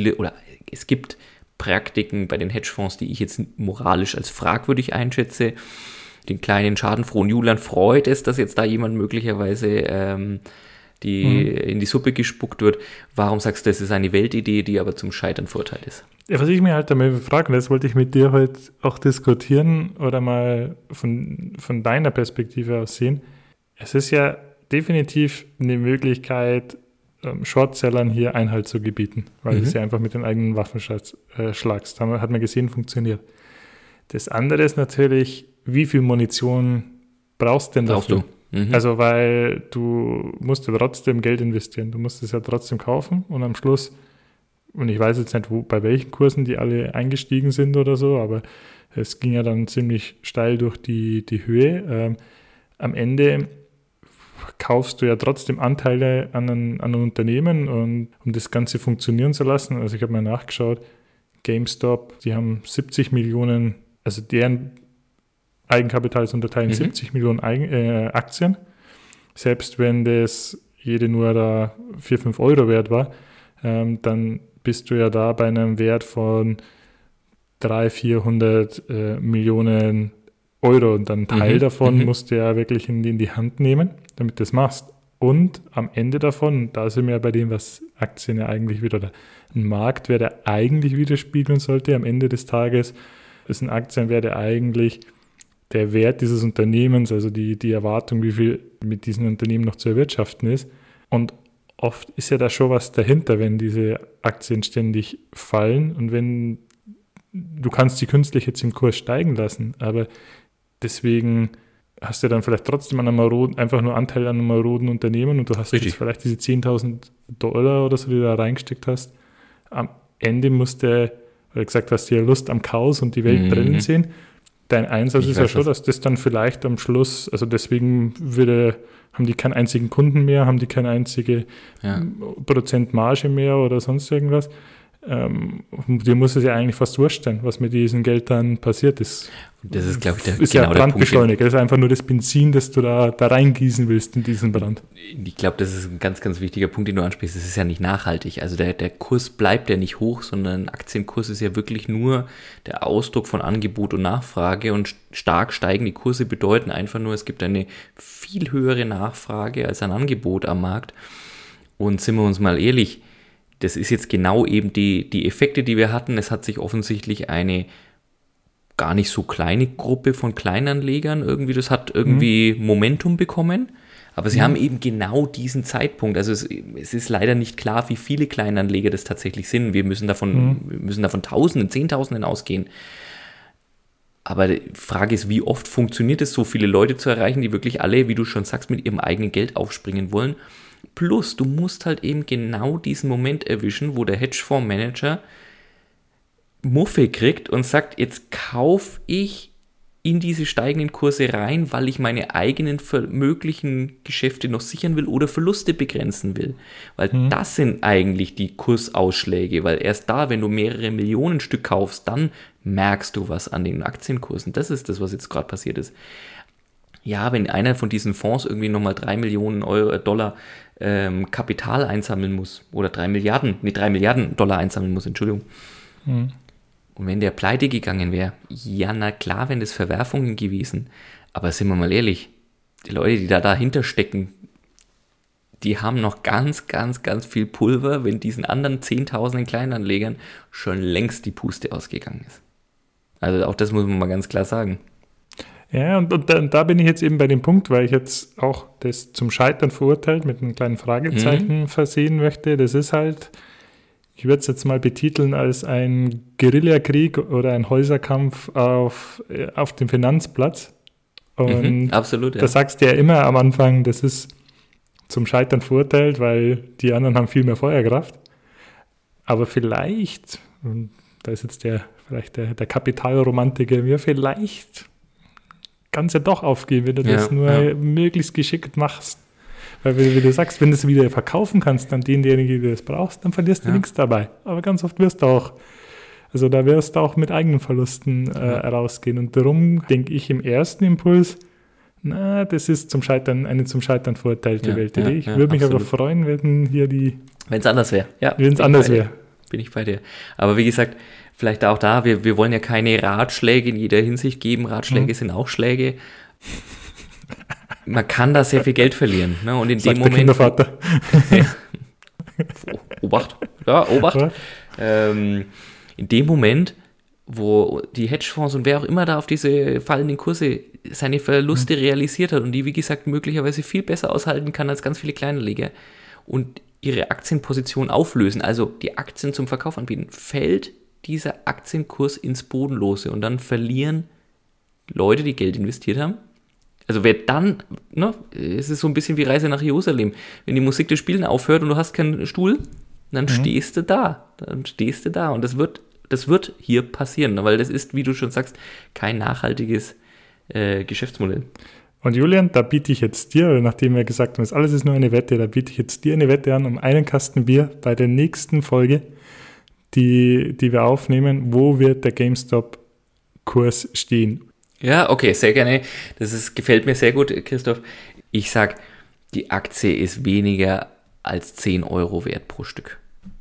es gibt Praktiken bei den Hedgefonds, die ich jetzt moralisch als fragwürdig einschätze. Den kleinen schadenfrohen Julian freut es, dass jetzt da jemand möglicherweise in die Suppe gespuckt wird. Warum sagst du, das ist eine Weltidee, die aber zum Scheitern verurteilt ist? Ja, was ich mir halt damit frage, das wollte ich mit dir heute auch diskutieren oder mal von deiner Perspektive aus sehen. Es ist ja definitiv eine Möglichkeit, Shortsellern hier Einhalt zu gebieten, weil du sie einfach mit den eigenen Waffen schlagst. Hat man gesehen, funktioniert. Das andere ist natürlich, wie viel Munition brauchst du denn dafür? Also, weil du musst ja trotzdem Geld investieren. Du musst es ja trotzdem kaufen und am Schluss, und ich weiß jetzt nicht, bei welchen Kursen die alle eingestiegen sind oder so, aber es ging ja dann ziemlich steil durch die Höhe. Am Ende kaufst du ja trotzdem Anteile an ein Unternehmen, und um das Ganze funktionieren zu lassen. Also ich habe mal nachgeschaut, GameStop, die haben 70 Millionen, also deren Eigenkapital ist unterteilt in 70 Millionen Aktien. Selbst wenn das jede nur da 4-5 Euro wert war, dann bist du ja da bei einem Wert von 300-400 Millionen Euro, und dann Teil davon musst du ja wirklich in die Hand nehmen, damit du das machst. Und am Ende davon, da sind wir ja bei dem, was Aktien ja eigentlich wieder, oder ein Marktwert, der eigentlich widerspiegeln sollte, am Ende des Tages ist ein Aktienwert, der eigentlich der Wert dieses Unternehmens, also die Erwartung, wie viel mit diesem Unternehmen noch zu erwirtschaften ist. Und oft ist ja da schon was dahinter, wenn diese Aktien ständig fallen, und wenn du kannst sie künstlich jetzt im Kurs steigen lassen, aber deswegen hast du dann vielleicht trotzdem einfach nur Anteil an einem maroden Unternehmen, und du hast jetzt vielleicht diese $10.000 oder so, die du da reingesteckt hast. Am Ende musst du, weil du gesagt hast, hier Lust am Chaos und die Welt brennen sehen. Dein Einsatz ist ja schon, dass das dann vielleicht am Schluss, also deswegen haben die keinen einzigen Kunden mehr, haben die keine einzige Prozent Marge mehr oder sonst irgendwas. Dir muss es ja eigentlich fast wurscht sein, was mit diesem Geld dann passiert ist. Das ist, glaube ich, ist ja Brandbeschleuniger. Das ist einfach nur das Benzin, das du da reingießen willst in diesen Brand. Ich glaube, das ist ein ganz, ganz wichtiger Punkt, den du ansprichst. Das ist ja nicht nachhaltig. Also der Kurs bleibt ja nicht hoch, sondern ein Aktienkurs ist ja wirklich nur der Ausdruck von Angebot und Nachfrage, und stark steigende Kurse bedeuten einfach nur, es gibt eine viel höhere Nachfrage als ein Angebot am Markt. Und sind wir uns mal ehrlich, das ist jetzt genau eben die Effekte, die wir hatten. Es hat sich offensichtlich eine gar nicht so kleine Gruppe von Kleinanlegern das hat irgendwie Momentum bekommen. Aber sie haben eben genau diesen Zeitpunkt. Also es ist leider nicht klar, wie viele Kleinanleger das tatsächlich sind. Wir müssen davon Tausenden, Zehntausenden ausgehen. Aber die Frage ist, wie oft funktioniert es, so viele Leute zu erreichen, die wirklich alle, wie du schon sagst, mit ihrem eigenen Geld aufspringen wollen. Plus, du musst halt eben genau diesen Moment erwischen, wo der Hedgefondsmanager Muffe kriegt und sagt, jetzt kaufe ich in diese steigenden Kurse rein, weil ich meine eigenen möglichen Geschäfte noch sichern will oder Verluste begrenzen will. Weil das sind eigentlich die Kursausschläge, weil erst da, wenn du mehrere Millionen Stück kaufst, dann merkst du was an den Aktienkursen. Das ist das, was jetzt gerade passiert ist. ja, wenn einer von diesen Fonds irgendwie nochmal 3 Millionen Dollar Kapital einsammeln muss, oder 3 Milliarden Dollar einsammeln muss, Entschuldigung. Und wenn der pleite gegangen wäre, ja, na klar, wären das Verwerfungen gewesen. Aber sind wir mal ehrlich, die Leute, die da dahinter stecken, die haben noch ganz, ganz, ganz viel Pulver, wenn diesen anderen Zehntausenden Kleinanlegern schon längst die Puste ausgegangen ist. Also auch das muss man mal ganz klar sagen. Ja, und da bin ich jetzt eben bei dem Punkt, weil ich jetzt auch das zum Scheitern verurteilt mit einem kleinen Fragezeichen versehen möchte. Das ist halt, ich würde es jetzt mal betiteln als ein Guerillakrieg oder ein Häuserkampf auf dem Finanzplatz. Und absolut, ja. Da sagst du ja immer am Anfang, das ist zum Scheitern verurteilt, weil die anderen haben viel mehr Feuerkraft. Aber vielleicht, und da ist jetzt der Kapitalromantiker in mir, vielleicht kann es ja doch aufgehen, wenn du das nur möglichst geschickt machst. Weil, wie du sagst, wenn du es wieder verkaufen kannst an denjenigen, die du das brauchst, dann verlierst du nichts dabei. Aber ganz oft wirst du auch mit eigenen Verlusten rausgehen. Und darum denke ich im ersten Impuls, das ist eine zum Scheitern verurteilte Weltidee. Ich würde mich aber freuen, wenn es anders wäre. Ja, wenn es anders wäre. Bin ich bei dir. Aber wie gesagt, vielleicht auch da, wir wollen ja keine Ratschläge in jeder Hinsicht geben. Ratschläge sind auch Schläge. Man kann da sehr viel Geld verlieren. Ne? Und in dem Moment. Kindervater. Obacht. Ja, Obacht. In dem Moment, wo die Hedgefonds und wer auch immer da auf diese fallenden Kurse seine Verluste realisiert hat und die, wie gesagt, möglicherweise viel besser aushalten kann als ganz viele Kleinanleger und ihre Aktienposition auflösen, also die Aktien zum Verkauf anbieten, fällt dieser Aktienkurs ins Bodenlose und dann verlieren Leute, die Geld investiert haben. Also wer dann, es ist so ein bisschen wie Reise nach Jerusalem, wenn die Musik des Spielen aufhört und du hast keinen Stuhl, dann stehst du da. Und das wird hier passieren, weil das ist, wie du schon sagst, kein nachhaltiges Geschäftsmodell. Und Julian, da biete ich jetzt dir, nachdem wir gesagt haben, das alles ist nur eine Wette, da biete ich jetzt dir eine Wette an um einen Kasten Bier bei der nächsten Folge, die wir aufnehmen. Wo wird der GameStop-Kurs stehen? Ja, okay, sehr gerne. Gefällt mir sehr gut, Christoph. Ich sag, die Aktie ist weniger als 10 Euro wert pro Stück.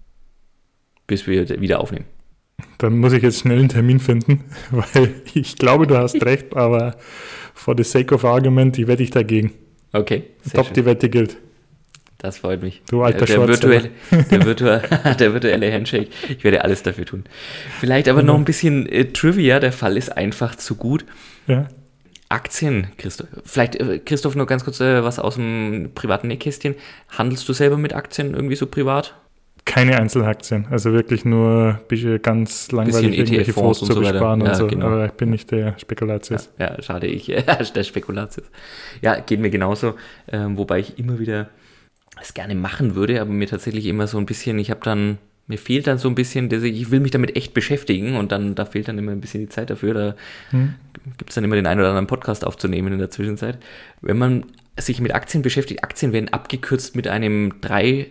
Bis wir wieder aufnehmen. Dann muss ich jetzt schnell einen Termin finden, weil ich glaube, du hast recht, aber for the sake of argument, ich wette dagegen. Okay, sehr schön. Die Wette gilt. Das freut mich. Du alter der virtuelle Handshake. Ich werde alles dafür tun. Vielleicht aber noch ein bisschen Trivia. Der Fall ist einfach zu gut. Ja. Aktien, Christoph. Vielleicht, Christoph, nur ganz kurz was aus dem privaten Nähkästchen. Handelst du selber mit Aktien irgendwie so privat? Keine Einzelaktien, also wirklich nur ganz langweilig irgendwelche Fonds zu besparen und so. Genau. Aber ich bin nicht der Spekulatius. Ja, schade, der Spekulatius. Ja, geht mir genauso, wobei ich immer wieder es gerne machen würde, aber mir tatsächlich immer so ein bisschen, mir fehlt dann so ein bisschen, ich will mich damit echt beschäftigen und da fehlt dann immer ein bisschen die Zeit dafür, da gibt es dann immer den einen oder anderen Podcast aufzunehmen in der Zwischenzeit. Wenn man sich mit Aktien beschäftigt, Aktien werden abgekürzt mit einem 3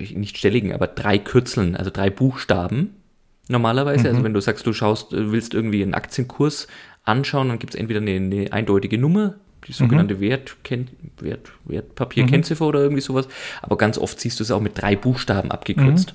Kürzeln, also 3 Buchstaben normalerweise. Also wenn du sagst, du willst irgendwie einen Aktienkurs anschauen, dann gibt es entweder eine eindeutige Nummer, die sogenannte Wertpapierkennziffer oder irgendwie sowas, aber ganz oft siehst du es auch mit 3 Buchstaben abgekürzt.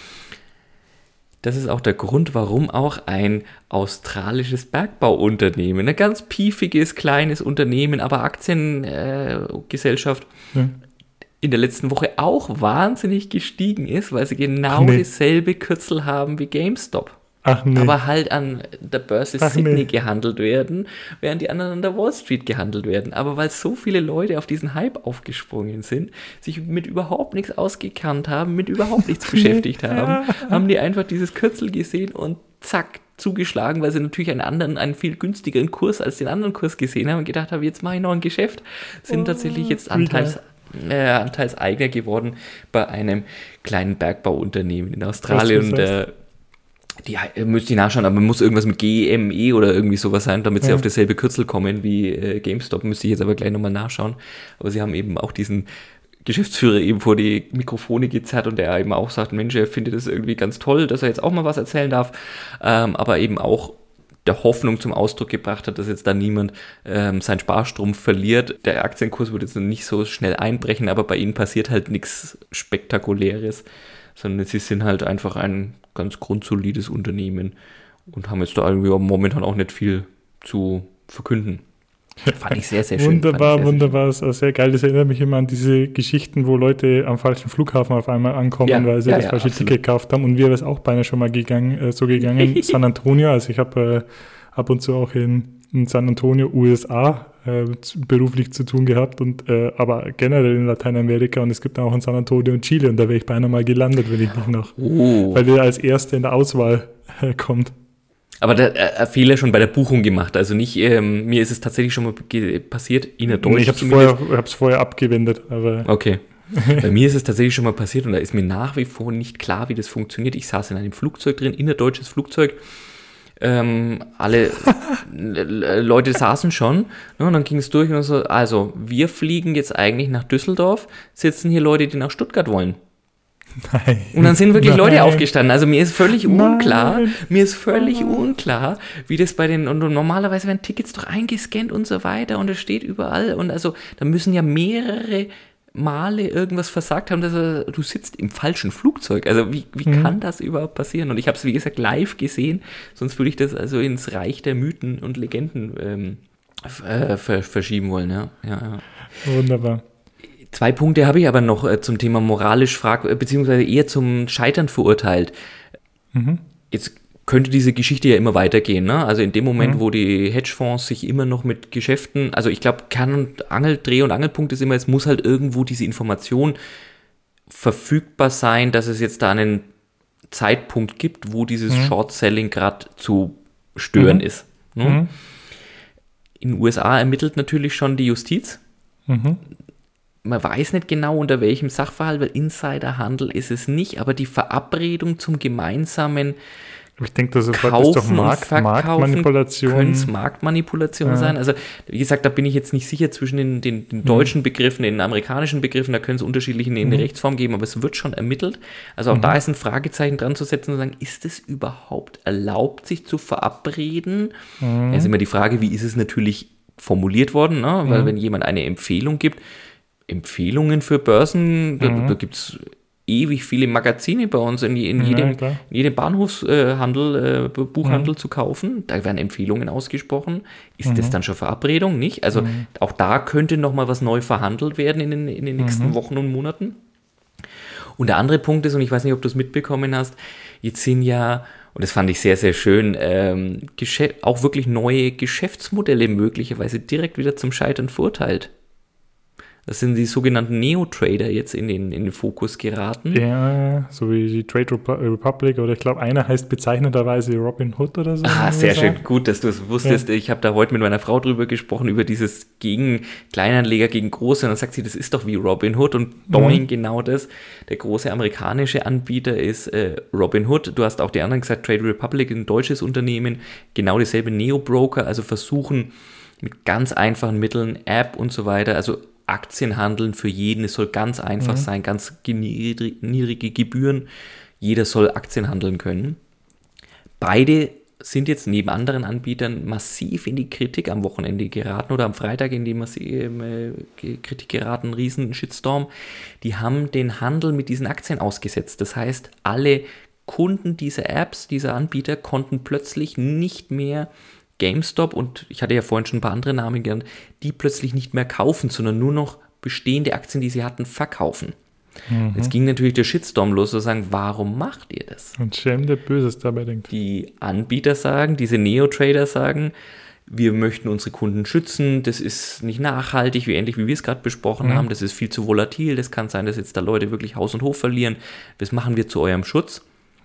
Das ist auch der Grund, warum auch ein australisches Bergbauunternehmen, ein ganz piefiges, kleines Unternehmen, aber Aktiengesellschaft, in der letzten Woche auch wahnsinnig gestiegen ist, weil sie dasselbe Kürzel haben wie GameStop. Aber halt an der Börse Sydney gehandelt werden, während die anderen an der Wall Street gehandelt werden. Aber weil so viele Leute auf diesen Hype aufgesprungen sind, sich mit überhaupt nichts ausgekannt haben, mit überhaupt nichts beschäftigt haben, haben die einfach dieses Kürzel gesehen und zack, zugeschlagen, weil sie natürlich einen viel günstigeren Kurs als den anderen Kurs gesehen haben und gedacht haben, jetzt mache ich noch ein Geschäft. Sind tatsächlich jetzt Anteilseigner geworden bei einem kleinen Bergbauunternehmen in Australien. Und müsste ich nachschauen, aber man muss irgendwas mit GME oder irgendwie sowas sein, damit sie auf dasselbe Kürzel kommen wie GameStop. Müsste ich jetzt aber gleich nochmal nachschauen. Aber sie haben eben auch diesen Geschäftsführer eben vor die Mikrofone gezerrt und der eben auch sagt, Mensch, er findet das irgendwie ganz toll, dass er jetzt auch mal was erzählen darf. Aber eben auch der Hoffnung zum Ausdruck gebracht hat, dass jetzt da niemand seinen Sparstrumpf verliert. Der Aktienkurs wird jetzt nicht so schnell einbrechen, aber bei ihnen passiert halt nichts Spektakuläres, sondern sie sind halt einfach ein ganz grundsolides Unternehmen und haben jetzt da irgendwie momentan auch nicht viel zu verkünden. Fand ich sehr, sehr schön. Wunderbar, ist auch sehr geil. Das erinnert mich immer an diese Geschichten, wo Leute am falschen Flughafen auf einmal ankommen, weil sie das falsche Ticket gekauft haben. Und wir das auch beinahe schon mal gegangen. San Antonio, also ich habe ab und zu auch in San Antonio, USA, beruflich zu tun gehabt, aber generell in Lateinamerika, und es gibt auch in San Antonio und Chile, und da wäre ich beinahe mal gelandet, wenn ich nicht noch, weil der als Erster in der Auswahl kommt. Aber der Fehler schon bei der Buchung gemacht, also nicht, mir ist es tatsächlich schon mal passiert, innerdeutsch. Ich habe es vorher abgewendet, aber... Okay. Bei mir ist es tatsächlich schon mal passiert und da ist mir nach wie vor nicht klar, wie das funktioniert. Ich saß in einem Flugzeug drin, innerdeutsches Flugzeug, alle Leute saßen schon, ne, und dann ging es durch und so, also wir fliegen jetzt eigentlich nach Düsseldorf, sitzen hier Leute, die nach Stuttgart wollen. Nein. Und dann sind wirklich Leute aufgestanden. Also mir ist völlig unklar, wie das bei den, und normalerweise werden Tickets doch eingescannt und so weiter und es steht überall und also da müssen ja mehrere Male irgendwas versagt haben, dass du sitzt im falschen Flugzeug. Also wie kann das überhaupt passieren? Und ich habe es, wie gesagt, live gesehen, sonst würde ich das also ins Reich der Mythen und Legenden verschieben wollen. Ja. Wunderbar. 2 Punkte habe ich aber noch zum Thema moralisch beziehungsweise eher zum Scheitern verurteilt. Jetzt könnte diese Geschichte ja immer weitergehen, ne? Also in dem Moment, wo die Hedgefonds sich immer noch mit Geschäften, also ich glaube, Dreh- und Angelpunkt ist immer, es muss halt irgendwo diese Information verfügbar sein, dass es jetzt da einen Zeitpunkt gibt, wo dieses Short-Selling gerade zu stören ist. Ne? In den USA ermittelt natürlich schon die Justiz. Man weiß nicht genau, unter welchem Sachverhalt, weil Insiderhandel ist es nicht, aber die Verabredung zum gemeinsamen ich denke, das ist doch Marktmanipulation. Könnte es Marktmanipulation sein? Also, wie gesagt, da bin ich jetzt nicht sicher zwischen den deutschen Begriffen, den amerikanischen Begriffen, da können es unterschiedliche in der Rechtsform geben, aber es wird schon ermittelt. Also auch da ist ein Fragezeichen dran zu setzen und zu sagen, ist es überhaupt erlaubt, sich zu verabreden? Da ist immer die Frage, wie ist es natürlich formuliert worden, ne? Weil wenn jemand eine Empfehlung gibt, Empfehlungen für Börsen, da gibt es ewig viele Magazine bei uns in jedem Bahnhofshandel, Buchhandel zu kaufen. Da werden Empfehlungen ausgesprochen. Ist das dann schon Verabredung? Nicht? Also auch da könnte nochmal was neu verhandelt werden in den nächsten Wochen und Monaten. Und der andere Punkt ist, und ich weiß nicht, ob du es mitbekommen hast, jetzt sind ja, und das fand ich sehr, sehr schön, auch wirklich neue Geschäftsmodelle möglicherweise direkt wieder zum Scheitern verurteilt. Das sind die sogenannten Neo-Trader jetzt in den Fokus geraten. Ja, so wie die Trade Republic oder ich glaube, einer heißt bezeichnenderweise Robin Hood oder so. Sehr schön. Gut, dass du es wusstest. Ja. Ich habe da heute mit meiner Frau drüber gesprochen, über dieses Kleinanleger gegen Große. Und dann sagt sie, das ist doch wie Robin Hood. Und doing genau das. Der große amerikanische Anbieter ist Robin Hood. Du hast auch die anderen gesagt, Trade Republic, ein deutsches Unternehmen. Genau dieselbe Neo-Broker, also versuchen mit ganz einfachen Mitteln, App und so weiter, also Aktien handeln für jeden, es soll ganz einfach sein, ganz niedrige Gebühren, jeder soll Aktien handeln können. Beide sind jetzt neben anderen Anbietern massiv in die Kritik am Wochenende geraten oder am Freitag in die massive Kritik geraten, riesen Shitstorm. Die haben den Handel mit diesen Aktien ausgesetzt. Das heißt, alle Kunden dieser Apps, dieser Anbieter konnten plötzlich nicht mehr GameStop, und ich hatte ja vorhin schon ein paar andere Namen genannt, die plötzlich nicht mehr kaufen, sondern nur noch bestehende Aktien, die sie hatten, verkaufen. Jetzt ging natürlich der Shitstorm los, zu sagen, warum macht ihr das? Und Schelm, der Böses dabei denkt. Die Anbieter sagen, diese Neo-Trader sagen, wir möchten unsere Kunden schützen, das ist nicht nachhaltig, ähnlich wie wir es gerade besprochen haben, das ist viel zu volatil, das kann sein, dass jetzt da Leute wirklich Haus und Hof verlieren, das machen wir zu eurem Schutz.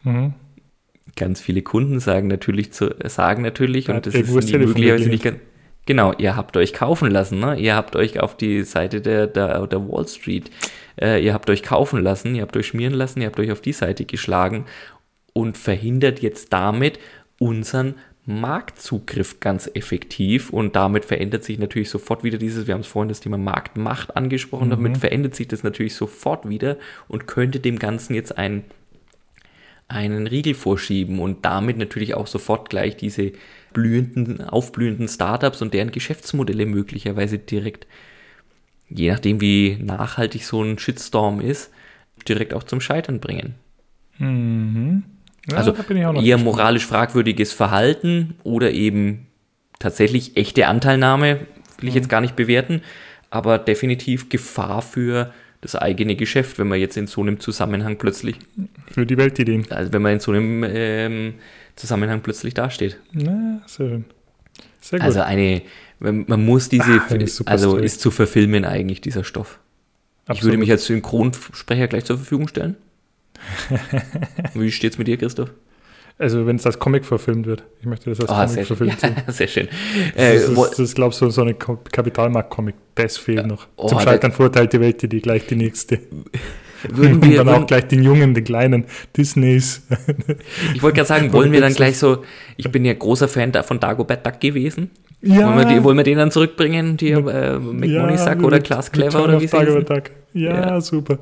Ganz viele Kunden sagen natürlich, und das ist möglicherweise nicht ganz, genau, ihr habt euch kaufen lassen, ne? Ihr habt euch auf die Seite der Wall Street, ihr habt euch kaufen lassen, ihr habt euch schmieren lassen, ihr habt euch auf die Seite geschlagen und verhindert jetzt damit unseren Marktzugriff ganz effektiv, und damit verändert sich natürlich sofort wieder wir haben es vorhin das Thema Marktmacht angesprochen, damit verändert sich das natürlich sofort wieder und könnte dem Ganzen jetzt einen Riegel vorschieben und damit natürlich auch sofort gleich diese aufblühenden Startups und deren Geschäftsmodelle möglicherweise direkt, je nachdem wie nachhaltig so ein Shitstorm ist, direkt auch zum Scheitern bringen. Mhm. Ja, also da bin ich auch noch eher gespannt. moralisch fragwürdiges Verhalten oder eben tatsächlich echte Anteilnahme, will ich jetzt gar nicht bewerten, aber definitiv Gefahr für das eigene Geschäft, wenn man jetzt in so einem Zusammenhang plötzlich, Für die Weltideen. also wenn man in so einem Zusammenhang plötzlich dasteht. Na, sehr schön. Sehr gut. Also man muss eine super also Story. ist zu verfilmen eigentlich dieser Stoff. Ich würde mich als Synchronsprecher gleich zur Verfügung stellen. Wie steht's mit dir, Christoph? Also wenn es als Comic verfilmt wird. Ich möchte das als Comic sehr schön. verfilmt sehen. Ja, sehr schön. Das ist glaube ich, so eine Kapitalmarkt-Comic. Das fehlt noch. Zum Oh, Scheitern verurteilt die Welt, die gleich die nächste. Würden Und dann auch gleich den Jungen, den Kleinen Disneys. Ich wollte gerade sagen, wollen wir dann gleich so, ich bin ja großer Fan von Dagobert Duck gewesen. Ja, Wollen wir den dann zurückbringen, die McMoney-Sack oder Klaas Clever oder wie sie heißen? Ja, super.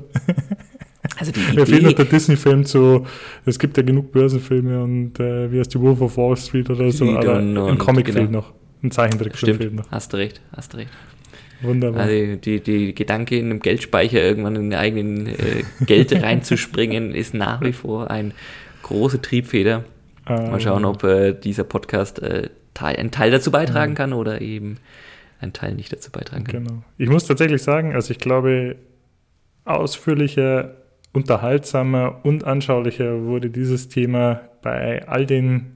Also die Mir fehlt noch Idee, der Disney-Film zu, es gibt ja genug Börsenfilme und wie heißt die Wolf of Wall Street oder so, aber ein Comic fehlt noch, ein Zeichentrickfilm fehlt noch. hast du recht. Wunderbar. Also die Gedanke, in einem Geldspeicher irgendwann in den eigenen Geld reinzuspringen, ist nach wie vor eine große Triebfeder. Mal schauen, ob dieser Podcast einen Teil dazu beitragen kann oder eben einen Teil nicht dazu beitragen kann. Genau. Ich muss tatsächlich sagen, also ich glaube, ausführlicher, unterhaltsamer und anschaulicher wurde dieses Thema bei all den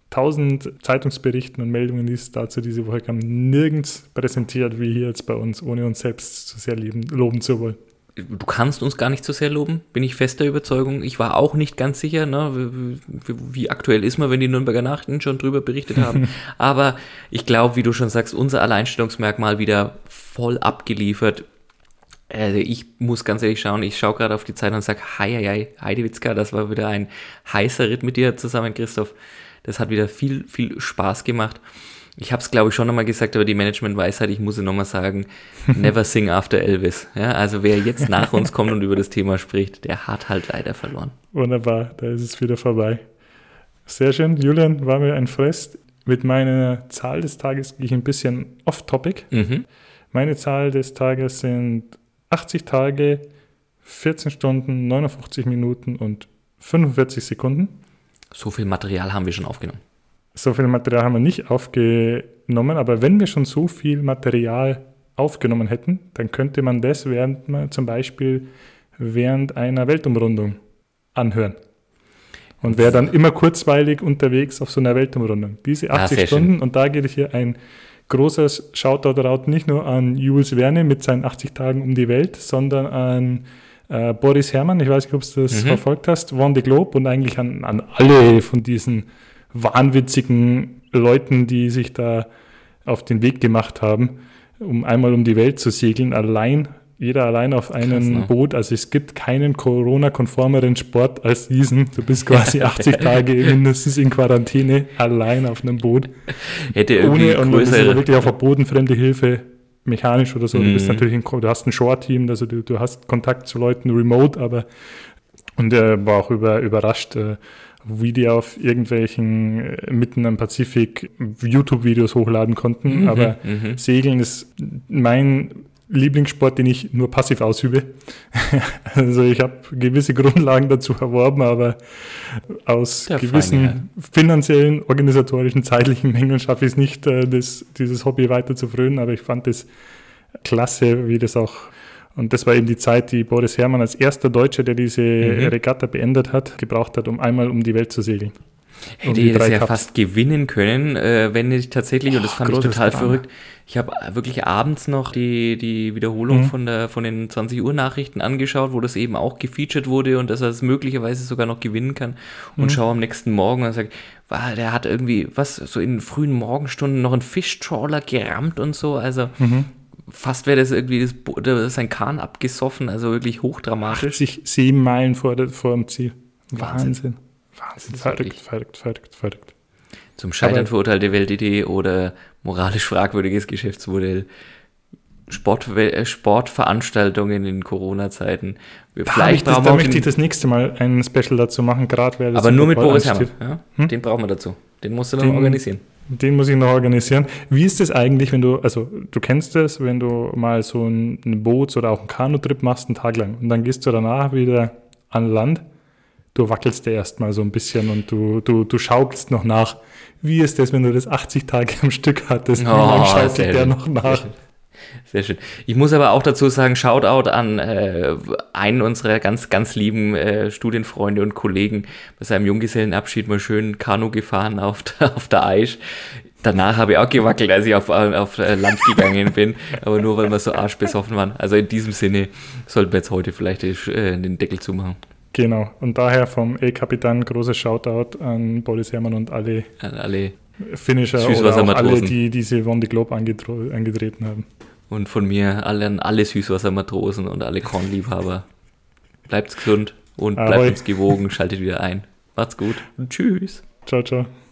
1000 Zeitungsberichten und Meldungen, die es dazu diese Woche kam, nirgends präsentiert wie hier jetzt bei uns, ohne uns selbst zu sehr loben zu wollen. Du kannst uns gar nicht so sehr loben, bin ich fester Überzeugung. Ich war auch nicht ganz sicher, ne, wie aktuell ist man, wenn die Nürnberger Nachrichten schon drüber berichtet haben. Aber ich glaube, wie du schon sagst, unser Alleinstellungsmerkmal wieder voll abgeliefert. Also ich muss ganz ehrlich schauen, ich schaue gerade auf die Zeit und sage, Heidewitzka, das war wieder ein heißer Ritt mit dir zusammen, Christoph. Das hat wieder viel, viel Spaß gemacht. Ich habe es, glaube ich, schon nochmal gesagt, aber die Management-Weisheit, ich muss es nochmal sagen, never sing after Elvis. Ja, also wer jetzt nach uns kommt und über das Thema spricht, der hat halt leider verloren. Wunderbar, da ist es wieder vorbei. Sehr schön, Julian, war mir ein Fest. Mit meiner Zahl des Tages gehe ich ein bisschen off-topic. Mhm. Meine Zahl des Tages sind 80 Tage, 14 Stunden, 59 Minuten und 45 Sekunden. So viel Material haben wir schon aufgenommen. So viel Material haben wir nicht aufgenommen, aber wenn wir schon so viel Material aufgenommen hätten, dann könnte man das zum Beispiel während einer Weltumrundung anhören. Und wäre dann immer kurzweilig unterwegs auf so einer Weltumrundung. Diese 80 Stunden, schön. Und da geht hier ein großes Shoutout nicht nur an Jules Verne mit seinen 80 Tagen um die Welt, sondern an Boris Herrmann, ich weiß nicht, ob du das verfolgt hast, Won the Globe und eigentlich an alle von diesen wahnwitzigen Leuten, die sich da auf den Weg gemacht haben, um einmal um die Welt zu segeln, jeder allein auf einem Boot. Also es gibt keinen Corona-konformeren Sport als diesen. Du bist quasi 80 Tage mindestens in Quarantäne, allein auf einem Boot. Hätte irgendwie und das ist aber wirklich auf eine bodenfremde Hilfe, mechanisch oder so. Du bist natürlich du hast ein Shore-Team, also du hast Kontakt zu Leuten remote, und er war auch überrascht, wie die auf irgendwelchen mitten am Pazifik YouTube-Videos hochladen konnten. Aber Segeln ist mein Lieblingssport, den ich nur passiv ausübe. Also ich habe gewisse Grundlagen dazu erworben, aber aus gewissen finanziellen, organisatorischen, zeitlichen Mängeln schaffe ich es nicht, dieses Hobby weiter zu frönen. Aber ich fand es klasse, wie das auch. Und das war eben die Zeit, die Boris Herrmann als erster Deutscher, der diese Regatta beendet hat, gebraucht hat, um einmal um die Welt zu segeln. Hätte ihr das ja fast gewinnen können, wenn nicht tatsächlich, und das fand ich total verrückt. Ich habe wirklich abends noch die Wiederholung von den 20 Uhr Nachrichten angeschaut, wo das eben auch gefeatured wurde und dass er es möglicherweise sogar noch gewinnen kann, und schaue am nächsten Morgen und sage, der hat irgendwie so in frühen Morgenstunden noch einen Fischtrawler gerammt und so, also fast wäre das irgendwie sein Kahn abgesoffen, also wirklich hochdramatisch. 80 Seemeilen vor dem Ziel. Wahnsinn. Verrückt. Zum Scheitern verurteilte Weltidee oder moralisch fragwürdiges Geschäftsmodell. Sportveranstaltungen in Corona-Zeiten. Da möchte ich das nächste Mal ein Special dazu machen, gerade weil das aber nur mit Boris Herrmann. Ja? Den brauchen wir dazu. Den musst du dann organisieren. Den muss ich noch organisieren. Wie ist es eigentlich, wenn du kennst es, wenn du mal so einen Boots- oder auch einen Kanutrip machst, einen Tag lang, und dann gehst du danach wieder an Land, du wackelst dir erstmal so ein bisschen und du schaukelst noch nach. Wie ist das, wenn du das 80 Tage am Stück hattest? Wie lange schaukelt der noch nach? Sehr schön. Ich muss aber auch dazu sagen, Shoutout an einen unserer ganz, ganz lieben Studienfreunde und Kollegen, bei seinem Junggesellenabschied mal schön Kanu gefahren auf der Aisch. Danach habe ich auch gewackelt, als ich auf Land gegangen bin, aber nur, weil wir so arschbesoffen waren. Also in diesem Sinne sollten wir jetzt heute vielleicht den Deckel zumachen. Genau, und daher vom El-Capitan großes Shoutout an Boris Herrmann und alle Finisher oder auch alle, die diese Vendée Globe angetreten haben. Und von mir an alle Süßwassermatrosen und alle Kornliebhaber. Bleibt's gesund und bleibt uns gewogen, schaltet wieder ein. Macht's gut und tschüss. Ciao, ciao.